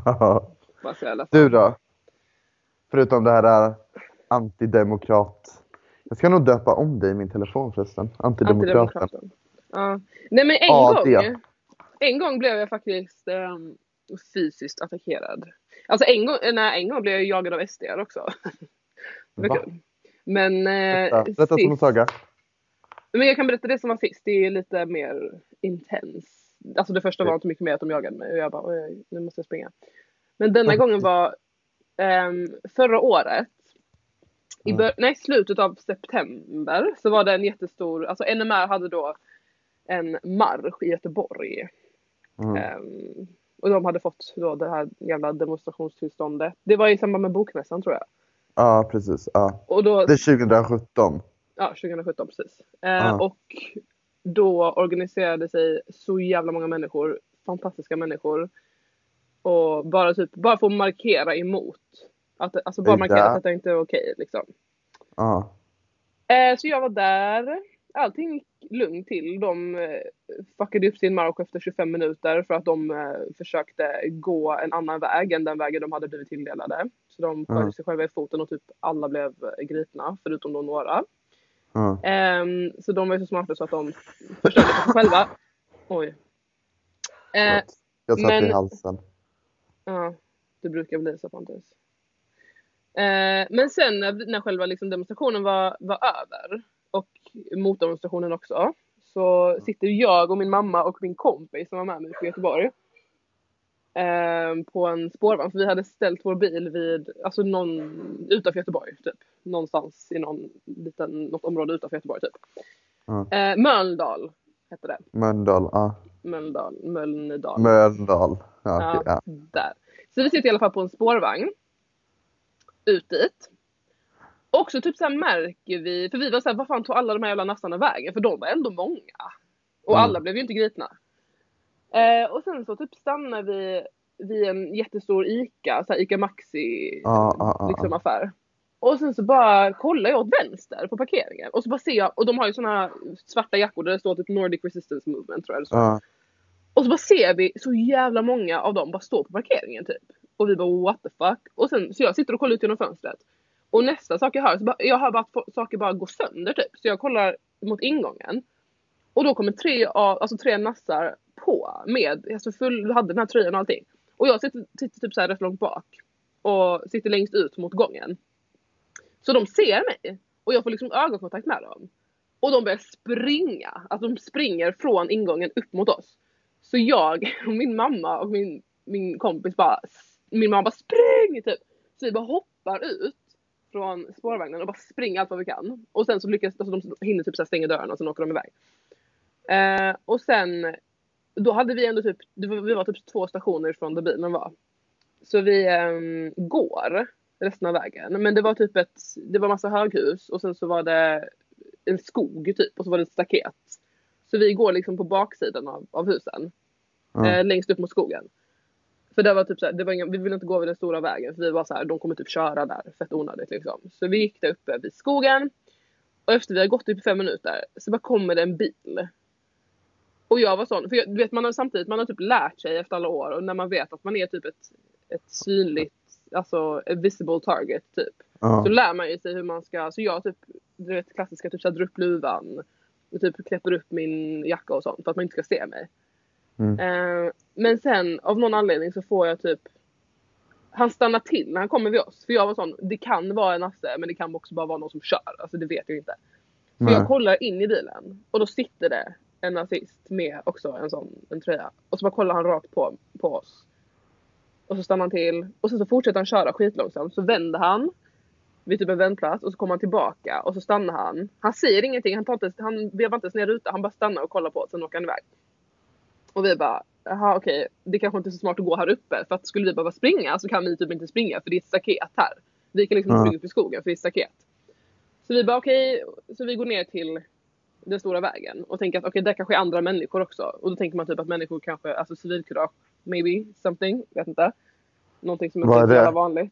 Du då? Förutom det här antidemokrat. Jag ska nog döpa om dig i min telefon förresten. Antidemokraten. Ja. Nej men en gång blev jag faktiskt fysiskt attackerad. Alltså en gång blev jag jagad av SD också. Det var kul. Men berätta som en saga. Men jag kan berätta det som var sist. Det är lite mer intens. Alltså det första var inte mycket mer att de jagade mig. Och jag bara, nu måste jag springa. Men denna gången var förra året. I slutet av september. Så var det en jättestor. Alltså NMR hade då en marsch i Göteborg. Och de hade fått då det här jävla demonstrationstillståndet. Det var i samband med bokmässan, tror jag. Ja, precis. Ja. Och då, det är 2017. Ja, 2017 precis. Och då organiserade sig så jävla många människor. Fantastiska människor. Och bara få markera emot. Alltså bara markera att det inte är okej liksom. Så jag var där. Allting gick lugnt till. De fuckade upp sin marsch efter 25 minuter. För att de försökte gå en annan väg än den vägen de hade blivit tilldelade. Så de sköt sig själva i foten och typ alla blev gripna. Förutom då några. Så de var ju så smarta så att de förstörde sig själva. Oj. Jag satt i halsen. Ja, det brukar bli så fantastiskt. Men sen när själva liksom demonstrationen var över och motdemonstrationen också, så sitter jag och min mamma och min kompis som var med mig på Göteborg på en spårvagn, för vi hade ställt vår bil vid utanför Göteborg typ, någonstans i något område utanför Göteborg typ. Mölndal hette det. Mölndal. Ja, okay, där. Så vi sitter i alla fall på en spårvagn ut dit. Och så typ så här märker vi, för vi var så här, vad fan tog alla de här jävla nassarna vägen? För de var ändå många. Och alla blev ju inte gripna. Och sen så typ stannar vi vid en jättestor ICA, så här ICA Maxi liksom affär. Och sen så bara kollar jag åt vänster på parkeringen. Och så bara ser jag, och de har ju såna svarta jackor där det står typ Nordic Resistance Movement, tror jag det står. Och så bara ser vi så jävla många av dem bara stå på parkeringen typ. Och vi bara, what the fuck? Och sen så jag sitter och kollar ut genom fönstret. Och nästa sak jag hör, jag hör bara att saker bara går sönder typ. Så jag kollar mot ingången. Och då kommer tre nassar på med, hade den här tröjan och allting. Och jag sitter typ så här rätt långt bak. och sitter längst ut mot gången. Så de ser mig och jag får liksom ögonkontakt med dem. Och de börjar springa. Alltså de springer från ingången upp mot oss. Så jag och min mamma och min kompis bara, min mamma bara springer typ. Så vi bara hoppar ut från spårvagnen och bara springer allt vad vi kan. Och sen så lyckas, alltså de hinner typ så här stänga dörren och sen åker de iväg. Och sen, då hade vi ändå typ, vi var typ 2 stationer från där bilen var. Så vi går resten av vägen. Men det var typ det var massa höghus och sen så var det en skog typ och så var det ett staket. Så vi går liksom på baksidan av husen. Längst upp mot skogen. För det var typ så här, vi ville inte gå över den stora vägen för vi var så här, de kommer typ köra där fett onödigt liksom. Så vi gick där uppe vid skogen och efter vi har gått typ 5 minuter så bara kommer det en bil. Och jag var sån, för du vet man har typ lärt sig efter alla år och när man vet att man är typ ett synligt, alltså a visible target typ. Så lär man ju sig hur man ska, så jag typ, du vet klassiska typ så här, dra upp luvan och typ knäpper upp min jacka och sånt för att man inte ska se mig. Men sen av någon anledning så får jag typ, han stannar till när han kommer vid oss. För jag var sån, det kan vara en nasse men det kan också bara vara någon som kör. Alltså det vet jag inte. Så jag kollar in i bilen och då sitter det en nazist med också en tröja. Och så bara kollar han rakt på oss. Och så stannar han till. Och så fortsätter han köra skitlångsamt. Så vänder han vid typ en vändplats och så kommer han tillbaka. Och så stannar han. Han säger ingenting, han vevar inte ner rutan. Han bara stannar och kollar på oss, sen åker han iväg. Och vi bara, jaha okej, det kanske inte är så smart att gå här uppe. För att skulle vi bara springa så kan vi typ inte springa för det är ett staket här. Vi kan liksom inte springa upp i skogen för det är ett staket. Så vi bara okej, så vi går ner till den stora vägen. Och tänker att okej, där kanske är andra människor också. Och då tänker man typ att människor kanske, alltså civilkurage, maybe, something, vet inte. Någonting som inte är så jävla vanligt.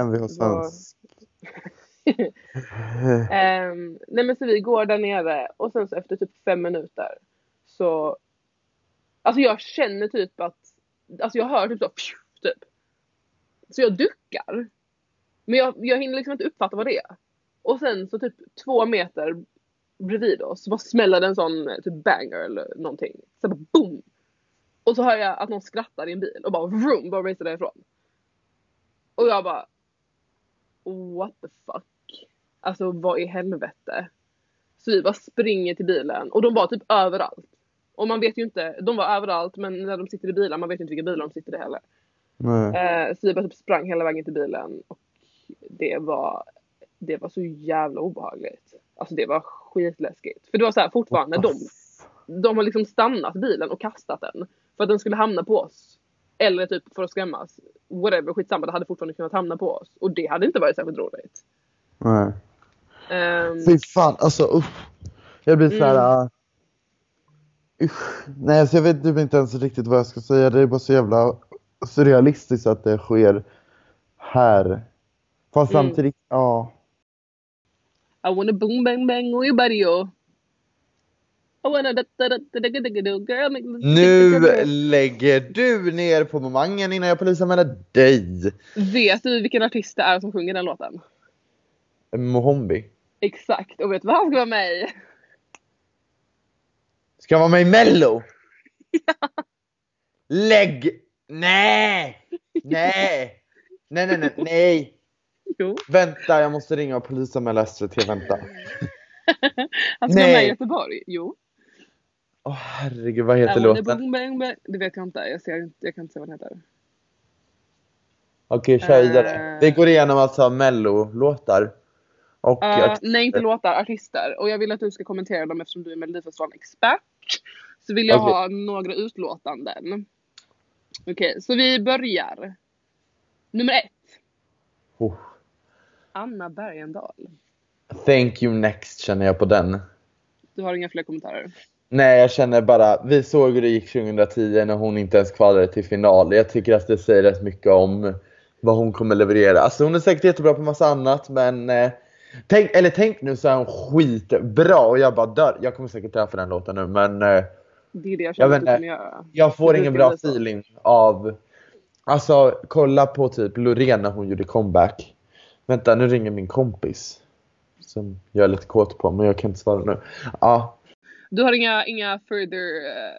Nej men så vi går där nere och sen så efter typ 5 minuter så, alltså jag känner typ att, alltså jag hör typ så typ. Så jag duckar. Men jag hinner liksom inte uppfatta vad det är. Och sen så typ 2 meter bredvid oss så bara smäller det en sån typ banger eller någonting. Så bara boom. Och så hör jag att någon skrattar i en bil och bara vroom, bara racer därifrån. Och jag bara, what the fuck? Alltså vad i helvete? Så vi bara springer till bilen och de var typ överallt. Och man vet ju inte, de var överallt men när de sitter i bilen, man vet ju inte vilka bilar de sitter i heller. Så vi bara typ sprang hela vägen till bilen och det var så jävla obehagligt. Alltså det var skitläskigt. För det var så här fortfarande, de har liksom stannat bilen och kastat den. För att den skulle hamna på oss. Eller typ för att skrämmas. Whatever, skitsamma, det hade fortfarande kunnat hamna på oss. Och det hade inte varit särskilt roligt. Nej. Fy fan, alltså jag blir såhär nej, alltså jag vet typ inte ens riktigt vad jag ska säga. Det är bara så jävla surrealistiskt att det sker här. Fast samtidigt, I wanna boom bang bang with your body, yo. I wanna girl. Nu lägger du ner på momangen innan jag polisanmäler dig. Vet du vilken artist det är som sjunger den låten? Mohombi. Exakt, och vet du vad han ska vara med i? Ska jag vara med i Mello? Ja. Nej! Nej. Jo. Vänta, jag måste ringa och polisanmäla SVT, vänta. Han ska vara med i Göteborg, jo. Herregud, vad heter låten? Det vet jag inte, jag kan inte säga vad den heter. Okej, kör vidare. Vi går igenom alltså Mello-låtar. Och nej, inte låtar, artister. Och jag vill att du ska kommentera dem eftersom du är Melodifestivalen-expert. Så vill jag ha några utlåtanden. Okej, så vi börjar. Nummer 1. Anna Bergendahl. Thank you next känner jag på den. Du har inga fler kommentarer? Nej, jag känner bara, vi såg hur det gick 2010 när hon inte ens kvalade till final. Jag tycker att det säger rätt mycket om vad hon kommer leverera. Alltså hon är säkert jättebra på massa annat, men tänk nu så är hon skitbra och jag bara dör. Jag kommer säkert dö för den låten nu, men det är det jag känner att du kommer göra. Jag får ingen bra feeling av, alltså kolla på typ Loreen när hon gjorde comeback. Vänta, nu ringer min kompis som jag är lite kåt på, men jag kan inte svara nu. Ja. Du har inga further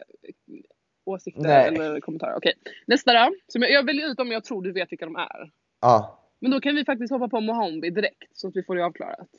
åsikter eller kommentarer. Okej. Nästa då. Så jag väljer ut om jag tror du vet vilka de är. Ja. Men då kan vi faktiskt hoppa på Mohombi direkt så att vi får det avklarat.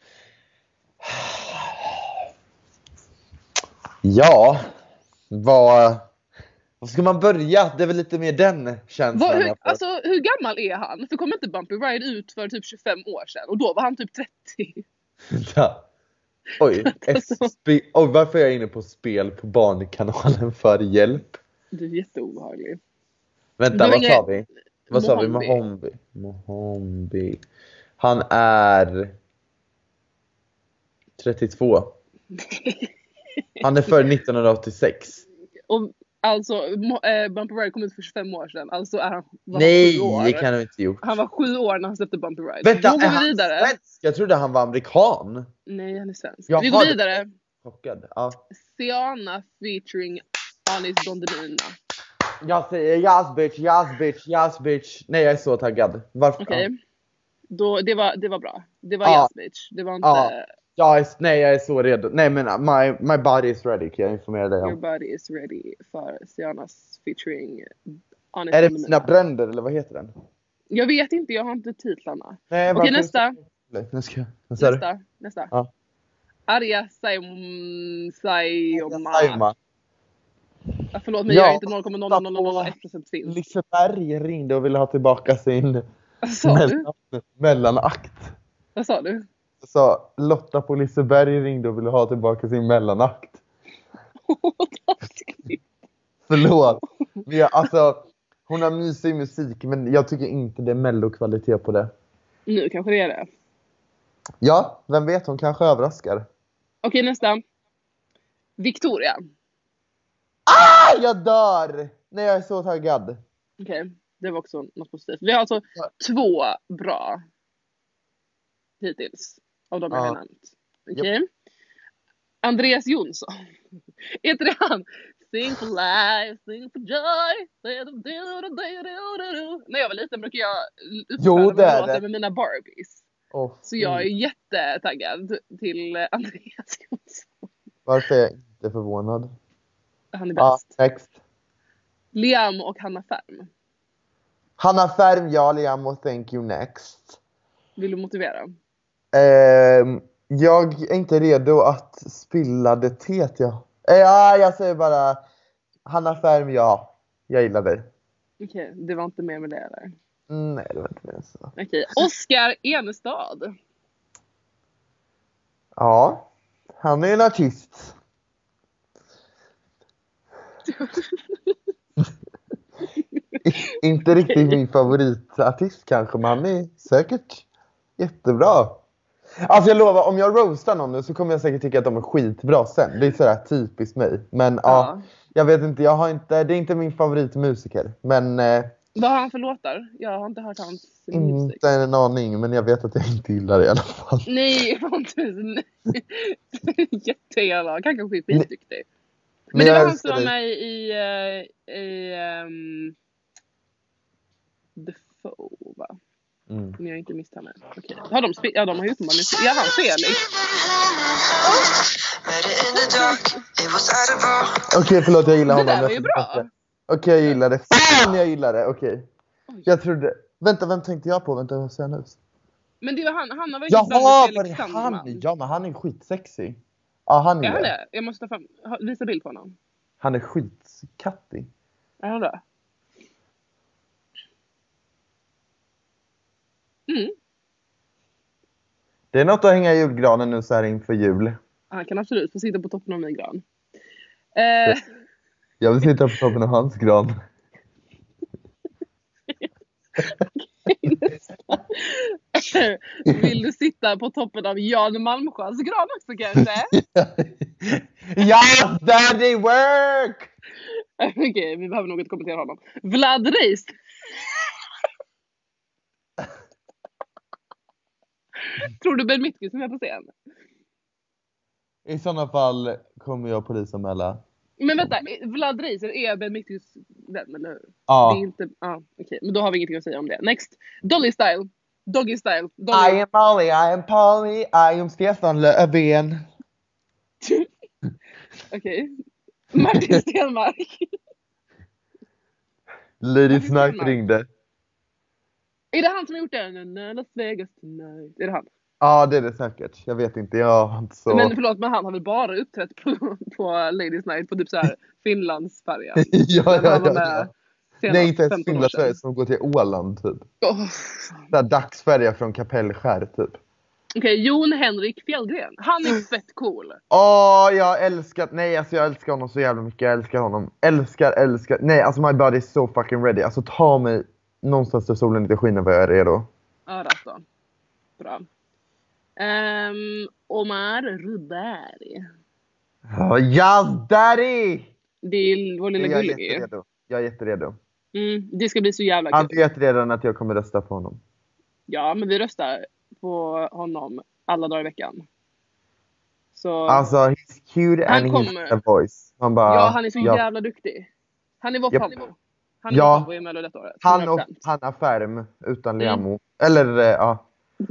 Ja, vad ska man börja? Det är väl lite mer den känslan jag får. Alltså hur gammal är han? För kom inte Bumpy Ride ut för typ 25 år sedan? Och då var han typ 30. Ja. Oj, Oj, varför är jag inne på spel på Barnkanalen för hjälp? Du är jätteobehaglig. Vänta, vad sa vi? Vad sa vi? Mohombi. Han är 32. Han är för 1986. Och alltså Bumpy Ride kom ut för 25 år sedan. Alltså är han Nej, 7 år. Det kan han inte gjort. Han var 7 år när han släppte Bumpy Ride. Vänta, då går vi vidare. Svensk? Jag trodde han var amerikan. Nej, han är svensk. Jaha, vi går vidare. Chockad. Ja. Siana featuring Anis Don Demina. Jag säger yes bitch. Nej, jag är så taggad. Varför? Okej. Då det var bra. Det var yes bitch. Det var inte nej, jag är så redo. Nej, men my body is ready. Kan jag informera dig om? Your body is ready för Sianas featuring Anis Är Don det Demina. Sina bränder eller vad heter den? Jag vet inte, jag har inte titlarna. Nej, Okej, nästa. Nästa. Ja. Arja Saijonmaa. Sayoma. Förlåt mig, jag är inte 0,0001% finsk. Liseberg ringde och ville ha tillbaka sin Vad sa du? mellanakt. Vad sa du? Så Lotta på Liseberg ringde och ville ha tillbaka sin mellanakt. Förlåt. Alltså, hon har mysig musik, men jag tycker inte det är mellokvalitet på det. Nu kanske det är det. Ja, vem vet, hon kanske överraskar. Okej, nästa. Victoria. Jag dör! Nej, jag är så taggad. Okej, det var också något positivt. Vi har alltså 2 bra hittills av de jag har nämnt. Okej. Andreas Jonsson. Är inte det han? Sing for life, sing for joy. När jag var liten brukade jag uppföra med mina Barbies. Så jag är jättetaggad till Andreas Jonsson. Varför är jag inte förvånad? Han är bäst. Next. Liam och Hanna Färm. Hanna Färm, ja, Liam och thank you next. Vill du motivera? Jag är inte redo att spilla det teet, jag säger bara Hanna Färm, ja. Jag gillar det. Okej, det var inte mer med det eller? Nej, det var inte mer så. Okej, Oscar Enestad. Ja, han är en artist. Inte riktigt min favoritartist kanske, men han är säkert jättebra. Alltså jag lovar, om jag roastar någon nu så kommer jag säkert tycka att de är skitbra sen. Det är sådär typiskt mig. Men ja, jag vet inte, det är inte min favoritmusiker. Men vad har han för låtar? Jag har inte hört hans musik. Inte en aning, men jag vet att jag inte gillar det i alla fall. Nej, jätteelak. Han kanske är skitduktig. Men det var han som var med i The Foe, va? Om jag inte misstar mig. Okej. Har de de har ju uppenbarligen... Ja, han Felix. Okej, förlåt, jag gillar honom. Det där var ju bra. Okej, jag gillar det. Fan, jag gillar det. Okej. Jag trodde... Vänta, vem tänkte jag på? Vänta, vad säger jag nu? Men det var han har varit Felix Sandman. Ja, men han är skitsexy. Ja, han är det. Jag måste visa bild på honom. Han är skitkattig. Är han det? Det är något att hänga i julgranen nu så här inför jul. Han kan absolut få sitta på toppen av min gran. Jag vill sitta på toppen av hans gran. Vill du sitta på toppen av Jan Malmsjös gran också kanske? Yes, daddy work! Okej, vi behöver nog inte kommentera honom. Vlad Reis. Tror du Ben Mitke som är på scen? I sådana fall kommer jag polisanmäla. Men vänta, Vlad Reis är Ben Mitkes vän, eller hur? Ja. Det är inte... okej. Men då har vi ingenting att säga om det. Next. Doggy Style. I am Molly, I am Polly, I am Stefan Löfven. Okej. Martin Stenmark. Lady Snipe ringde. Är det han som har gjort den? Las Vegas tonight. Är det han? Ja, det är det säkert. Jag vet inte, jag har inte så... Men förlåt, men han har väl bara uppträtt på Ladies Night på typ så här Finlandsfärjan. ja. Han var med Nej, inte ens 15 år Finlandsfärja sedan. som går till Åland typ. Oh. Där dagsfärja från Kapellskär typ. Okej, Jon Henrik Fjällgren. Han är fett cool. Jag älskar honom så jävla mycket. Jag älskar honom. Älskar. Nej, alltså my body is so fucking ready. Alltså ta mig någonstans där solen inte skiner, vad jag är redo. Ja, då. Bra. Omar Rudberg. Yes, daddy! Det är vår lilla gullige. Jag är jätteredo. Det ska bli så jävla kul. Han vet redan att jag kommer rösta på honom. Ja, men vi röstar på honom alla dagar i veckan. Så Alltså, he's cute and he's a voice. Han bara, ja, han är så jävla duktig. Han är vår favvo. Han är vår favvo i Mello detta året. Han och Hanna Färm utan Liamo. Eller, ja.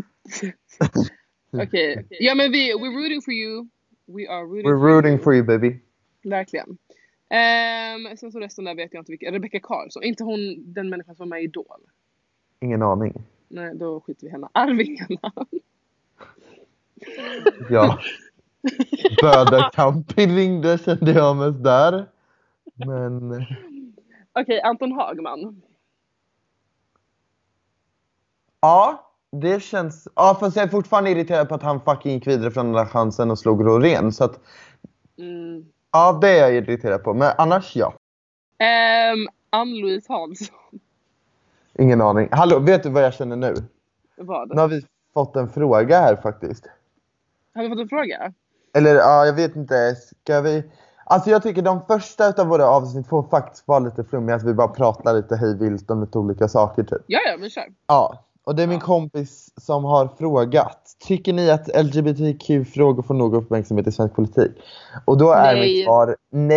Okej. Ja, men we're rooting for you. We're rooting for you, baby. Verkligen. Sen så resten där vet jag inte vilka. Rebecca Karlsson. Inte hon den människan som var med i Idol. Ingen aning. Nej, då skiter vi henne. Arvingarna. Ja. Böderkampen ringde, kände jag mest där. Men... Okej, Anton Hagman. Ja, det känns... Ja, fast jag är fortfarande irriterad på att han fucking gick vidare från den där chansen och slog Loreen. Så att... Ja, det är jag irriterad på. Men annars, ja. Ann-Louise Hansson. Ingen aning. Hallå, vet du vad jag känner nu? Vad? Nu har vi fått en fråga här faktiskt. Har vi fått en fråga? Eller, ja, jag vet inte. Ska vi... Alltså jag tycker de första utav våra avsnitt får faktiskt vara lite flummiga. Att vi bara pratar lite hejvilt om lite olika saker typ. Ja, men kör. Ja, och det är min kompis som har frågat. Tycker ni att LGBTQ-frågor får någon uppmärksamhet i svensk politik? Och då är mitt svar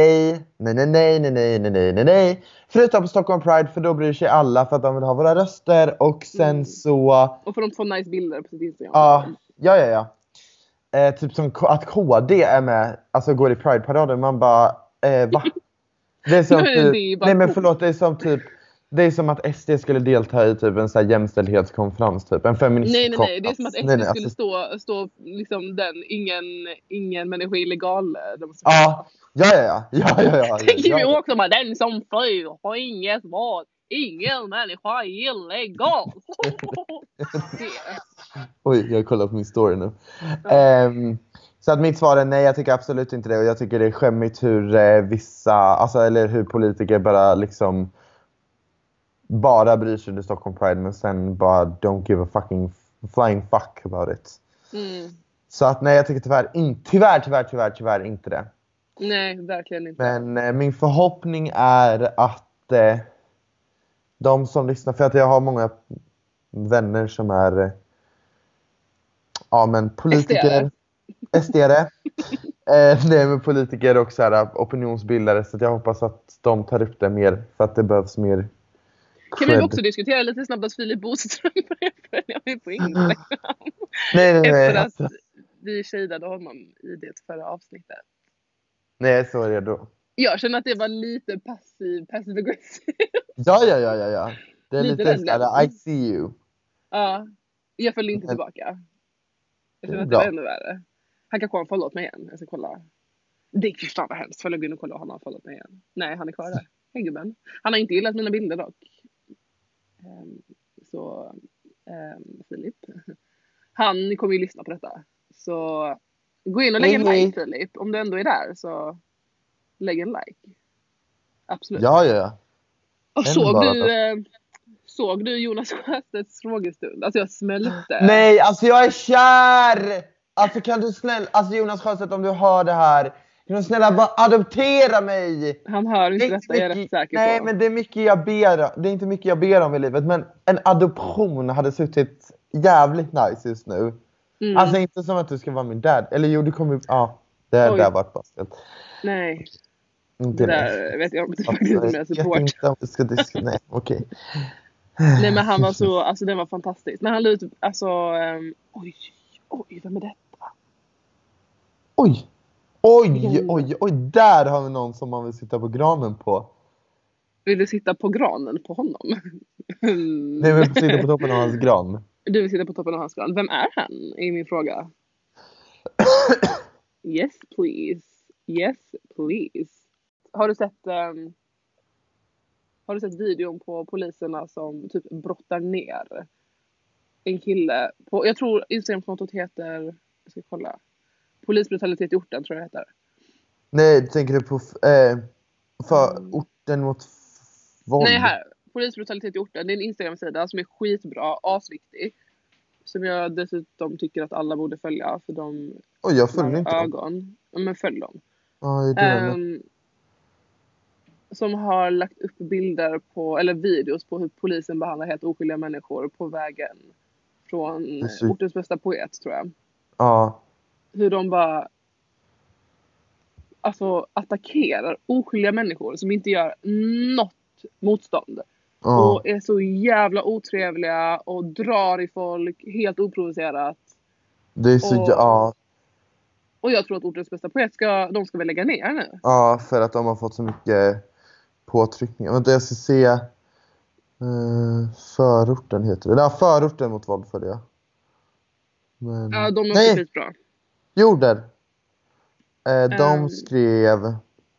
nej. Förutom på Stockholm Pride, för då bryr sig alla för att de vill ha våra röster. Och sen så... Och för de får nice bilder på sitt Instagram. Ja. Typ som att KD är med, alltså går i Pride-paraden. Man bara, va? Det är som typ, nej men förlåt, det är som typ... Det är som att SD skulle delta i typ en sån här jämställdhetskonferens typ. En feministkonferens. Nej. Det är som att SD skulle stå liksom den, ingen människa illegal. Ja. Tänker vi också bara, den som flyr har inget val. Ingen människa är illegal. Oj, jag kollar på min story nu. Så att mitt svar är nej, jag tycker absolut inte det. Och jag tycker det är skämmigt hur vissa, alltså eller hur politiker bara liksom bara bryr sig under Stockholm Pride, men sen bara don't give a fucking flying fuck about it. Så att nej, jag tycker tyvärr inte det. Nej, verkligen inte. Men min förhoppning är att de som lyssnar, för att jag har många vänner som är politiker, SD:are. Nej, men politiker och så här opinionsbildare, så att jag hoppas att de tar upp det mer, för att det behövs mer. Kan vi också diskutera lite snabbt att Filip Boström börjar följa mig på Instagram? Nej. Efter att vi shadade honom i det förra avsnittet. Nej, så är det då. Jag känner att det var lite passiv aggressiv. Ja. Det är lite såhär, I see you. Ja, jag följde inte tillbaka. Jag känner att det var ännu värre. Han kanske har followat mig igen. Jag ska kolla. Det är fan vad hemskt. Får jag gå in och kolla om han har followat mig igen. Nej, han är kvar där. Hej gubben. Han har inte gillat mina bilder dock. Så Filip. Han kommer ju lyssna på detta. Så gå in och lägg en like, Filip. Om du ändå är där, så lägg en like. Absolut. Ja. Och såg du Jonas Sjöstedts frågestund? Alltså jag smälte. Nej, alltså jag är kär! Alltså kan du snälla, alltså Jonas Sjöstedt, om du hör det här, kan du snälla bara adoptera mig? Han hör inte detta, jag är rätt säker på. Nej, men det är mycket jag ber om. Det är inte mycket jag ber om i livet, men en adoption hade suttit jävligt nice just nu. Alltså inte som att du ska vara min dad. Eller jo, du kommer... Ja, det där var bastet. Nej. Inte det där vet jag inte faktiskt om jag support. Nej, okej. Nej, men han var så... Alltså den var fantastisk. När han la ut... Alltså... Oj, vem är detta? Oj, där har vi någon som man vill sitta på granen på. Vill du sitta på granen på honom? Nej, men sitta på toppen av hans gran. Du vill sitta på toppen av hans gran. Vem är han? Är min fråga. Yes please. Yes please. Har du sett videon på poliserna som typ brottar ner en kille på, jag tror Instagramkontot heter, jag ska kolla, polisbrutalitet i orten tror jag det heter. Nej, tänker du på för orten mot våld? Nej, här, polisbrutalitet i orten, det är en Instagram-sida som är skitbra, asviktig, som jag dessutom tycker att alla borde följa för de jag följer inte ögon. Ja, men följ dem. Ja, det som har lagt upp bilder på, eller videos på hur polisen behandlar helt oskyldiga människor på vägen från ortens bästa poet, tror jag. Ja. Hur de bara attackerar oskyldiga människor som inte gör något motstånd. Och är så jävla otrevliga och drar i folk helt oprovocerat. Det är så Och jag tror att ortens bästa poet de ska väl lägga ner nu. Ja, för att de har fått så mycket påtryckningar. Vänta, jag ska se förorten heter det. Ja, förorten mot våld för det. Men... Ja, de är också skitbra. Gjorde. De skrev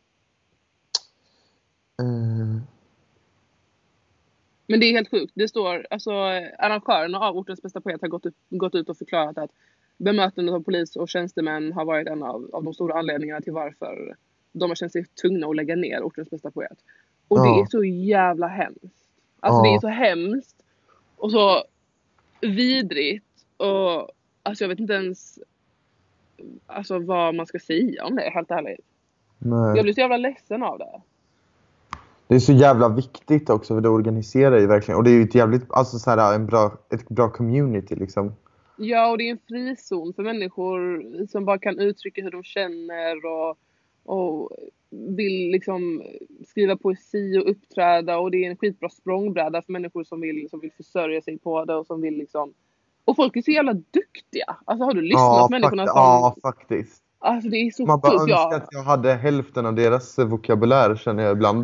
Men det är helt sjukt. Det står, alltså arrangörerna av ortens bästa poet har gått ut och förklarat att bemötandet av polis och tjänstemän har varit en av de stora anledningarna till varför de har känt sig tvungna att lägga ner ortens bästa poet. Och det är så jävla hemskt. Alltså det är så hemskt och så vidrigt och alltså jag vet inte ens alltså vad man ska säga om det, helt ärligt. Nej. Jag blir så jävla ledsen av det. Det är så jävla viktigt också för det organiserar ju verkligen. Och det är ju ett jävligt, alltså så här, ett bra community liksom. Ja, och det är en frizon för människor som bara kan uttrycka hur de känner och vill liksom skriva poesi och uppträda. Och det är en skitbra språngbräda för människor som vill försörja sig på det och som vill liksom... Och folk är så jävla duktiga. Alltså har du lyssnat på människorna som... Ja, faktiskt. Alltså det är så man bara sjukt, önskar att jag hade hälften av deras vokabulär, känner jag ibland.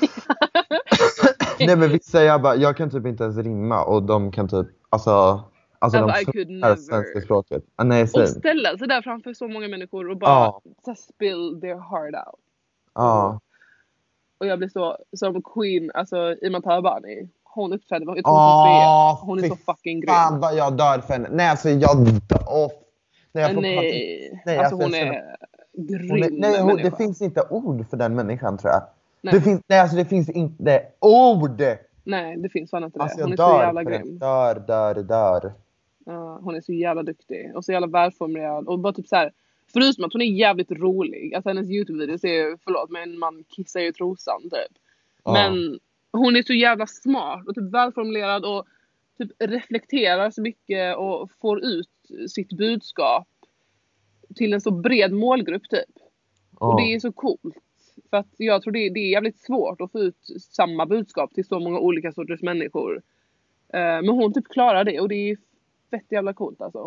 Nej, men vissa jag kan typ inte ens rimma och de kan typ, alltså de svenska språket. Nej, och ställa sig där framför så många människor och bara spill their heart out. Och jag blir så, som Queen, alltså Iman Tahabani. Hon uppträdde, jag tror hon är så fucking grym. Fan vad jag dör för henne. Nej, alltså jag dör. Nej, alltså hon är grym. Det finns inte ord för den människan, tror jag. Det finns inte ord. Nej, det finns fan inte det. Alltså, hon är så jävla grym. Dör. Ja, hon är så jävla duktig. Och så jävla välformulerad. Och bara typ så här, förutom att hon är jävligt rolig. Alltså hennes YouTube-videos är, förlåt, men man kissar ju trosan typ. Men hon är så jävla smart och typ välformulerad och typ reflekterar så mycket och får ut sitt budskap till en så bred målgrupp typ. Och det är så coolt. För att jag tror det är jävligt svårt att få ut samma budskap till så många olika sorters människor. Men hon typ klarar det och det är fett jävla coolt alltså.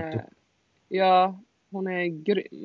Hon är grym.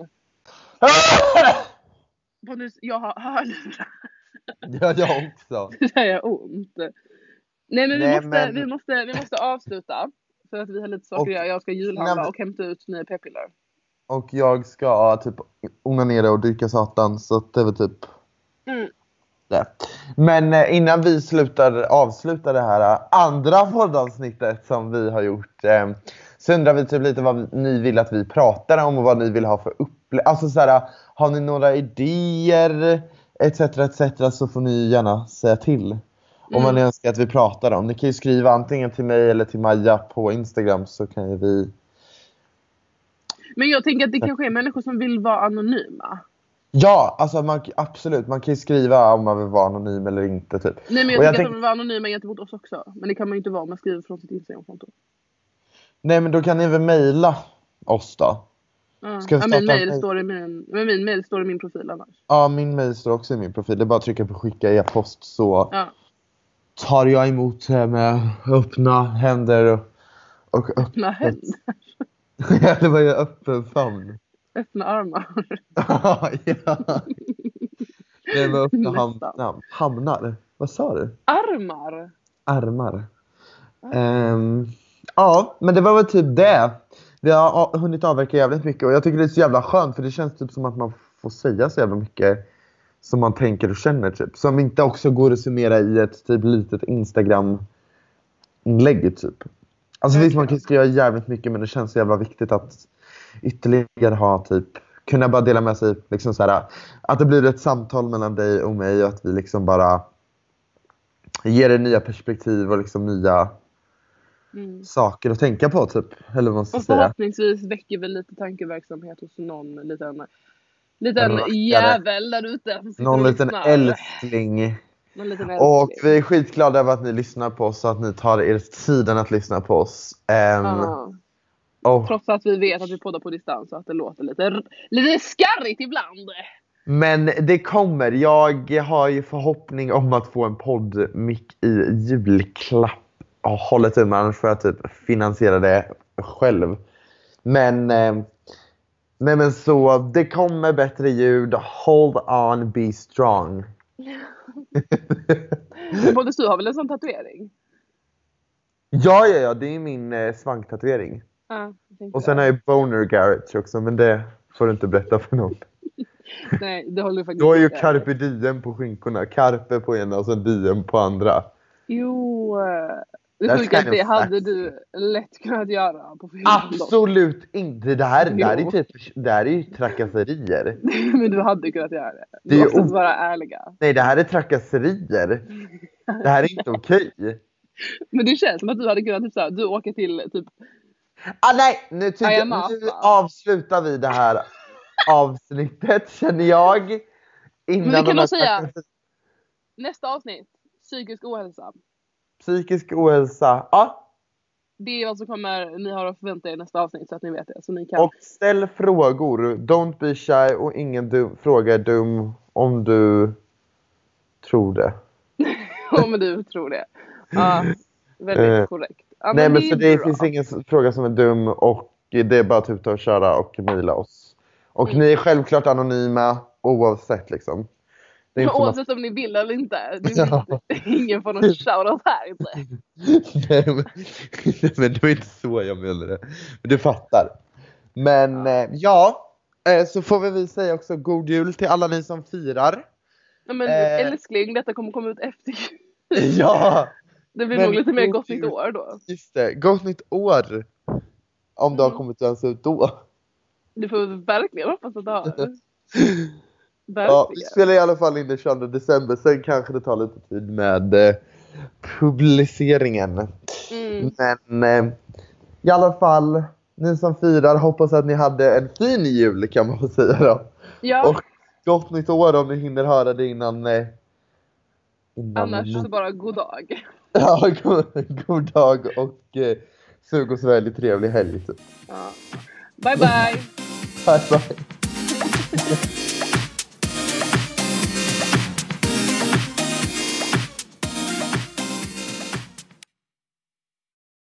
Jag har hörlurar. Ja, jag också. Det är ont. Nej, men vi måste avsluta. För att vi har lite saker att göra. Jag ska julhandla och hämta ut nya p-piller. Och jag ska typ onanera och dyka satan. Så det är väl typ det. Men innan vi avslutar det här andra poddavsnittet som vi har gjort, så undrar vi typ lite vad ni vill att vi pratar om och vad ni vill ha för alltså så här, har ni några idéer etc, så får ni gärna säga till om vad ni önskar att vi pratar om. Ni kan ju skriva antingen till mig eller till Maja på Instagram, så kan ju vi... Men jag tänker att det kanske är människor som vill vara anonyma. Ja, alltså absolut. Man kan ju skriva om man vill vara anonym eller inte typ. Nej, men jag tänker att de vill vara anonyma gentemot oss också. Men det kan man ju inte vara om man skriver från sitt Instagram-konto. Nej, men då kan ni väl mejla oss då. Min mejl står i min profil annars. Ja, min mejl står också i min profil. Det är bara att trycka på skicka e-post, så tar jag emot med öppna händer och öppna händer. Ja, det var ju öppen famn. Öppna armar. Ja. Det var öppna hamnar. Vad sa du? Armar. Armar. Ja, men det var väl typ det. Vi har hunnit avverka jävligt mycket och jag tycker det är så jävla skönt för det känns typ som att man får säga så jävla mycket som man tänker och känner typ. Som inte också går att summera i ett typ litet Instagram-inlägg typ. Alltså visst man kan skriva jävligt mycket men det känns så jävla viktigt att ytterligare ha typ kunna bara dela med sig liksom så här, att det blir ett samtal mellan dig och mig och att vi liksom bara ger det nya perspektiv och liksom nya saker att tänka på typ. Eller vad man ska säga. Förhoppningsvis väcker väl lite tankeverksamhet hos någon liten jävel där ute. Någon liten älskling. Och vi är skitglada över att ni lyssnar på oss och att ni tar er tiden att lyssna på oss. Trots att vi vet att vi poddar på distans och att det låter lite skarrigt ibland. Men det kommer. Jag har ju förhoppning om att få en poddmick i julklapp. Håller tummen, annars får jag typ finansiera det själv. Men så det kommer bättre ljud. Hold on, be strong. Både du har väl en sån tatuering? Ja, det är min svanktatuering. Och sen har jag boner garage också, men det får du inte berätta för någon. Nej, det håller faktiskt. Du har ju carpe diem på skinkorna. Carpe på ena och sen diem på andra. Jo, det sjuka att det hade du lätt kunnat göra på film. Absolut inte. Det här är ju trakasserier. Men du hade kunnat göra det. Du måste vara ärliga. Nej, det här är trakasserier. Det här är inte okej. Men det känns som att du hade kunnat typ så här, du åker till typ. Nej, nu avslutar vi det här avsnittet känner jag. Men vi kan nog säga nästa avsnitt, psykisk ohälsa. Psykisk ohälsa, ja. Det är vad som kommer ni har att förvänta er i nästa avsnitt så att ni vet det. Så ni kan. Och ställ frågor, don't be shy och ingen fråga är dum om du tror det. Om du tror det. Ja, väldigt korrekt. Ja, nej men så det finns ingen fråga som är dum och det är bara att tuta och köra och mejla oss. Och ni är självklart anonyma oavsett liksom. Oavsett om ni vill eller inte. Ingen får någon shoutout här inte. men det var inte så jag menade det. Men du fattar. Men så får vi säga också god jul till alla ni som firar. Ja, men älskling, detta kommer komma ut efter jul. Ja. Det blir nog lite mer gott nytt år då. Just det, gott nytt år. Om det har kommit ens ut då. Du får verkligen hoppas att det har. Ja, vi spelar i alla fall in den 22 december. Sen kanske det tar lite tid med publiceringen. Men i alla fall, ni som firar, hoppas att ni hade en fin jul kan man få säga då. Ja. Och gott nytt år om ni hinner höra det innan annars så bara god dag. Ja, god dag och sug oss väldigt trevlig helg typ. Ja. Bye bye. Bye bye.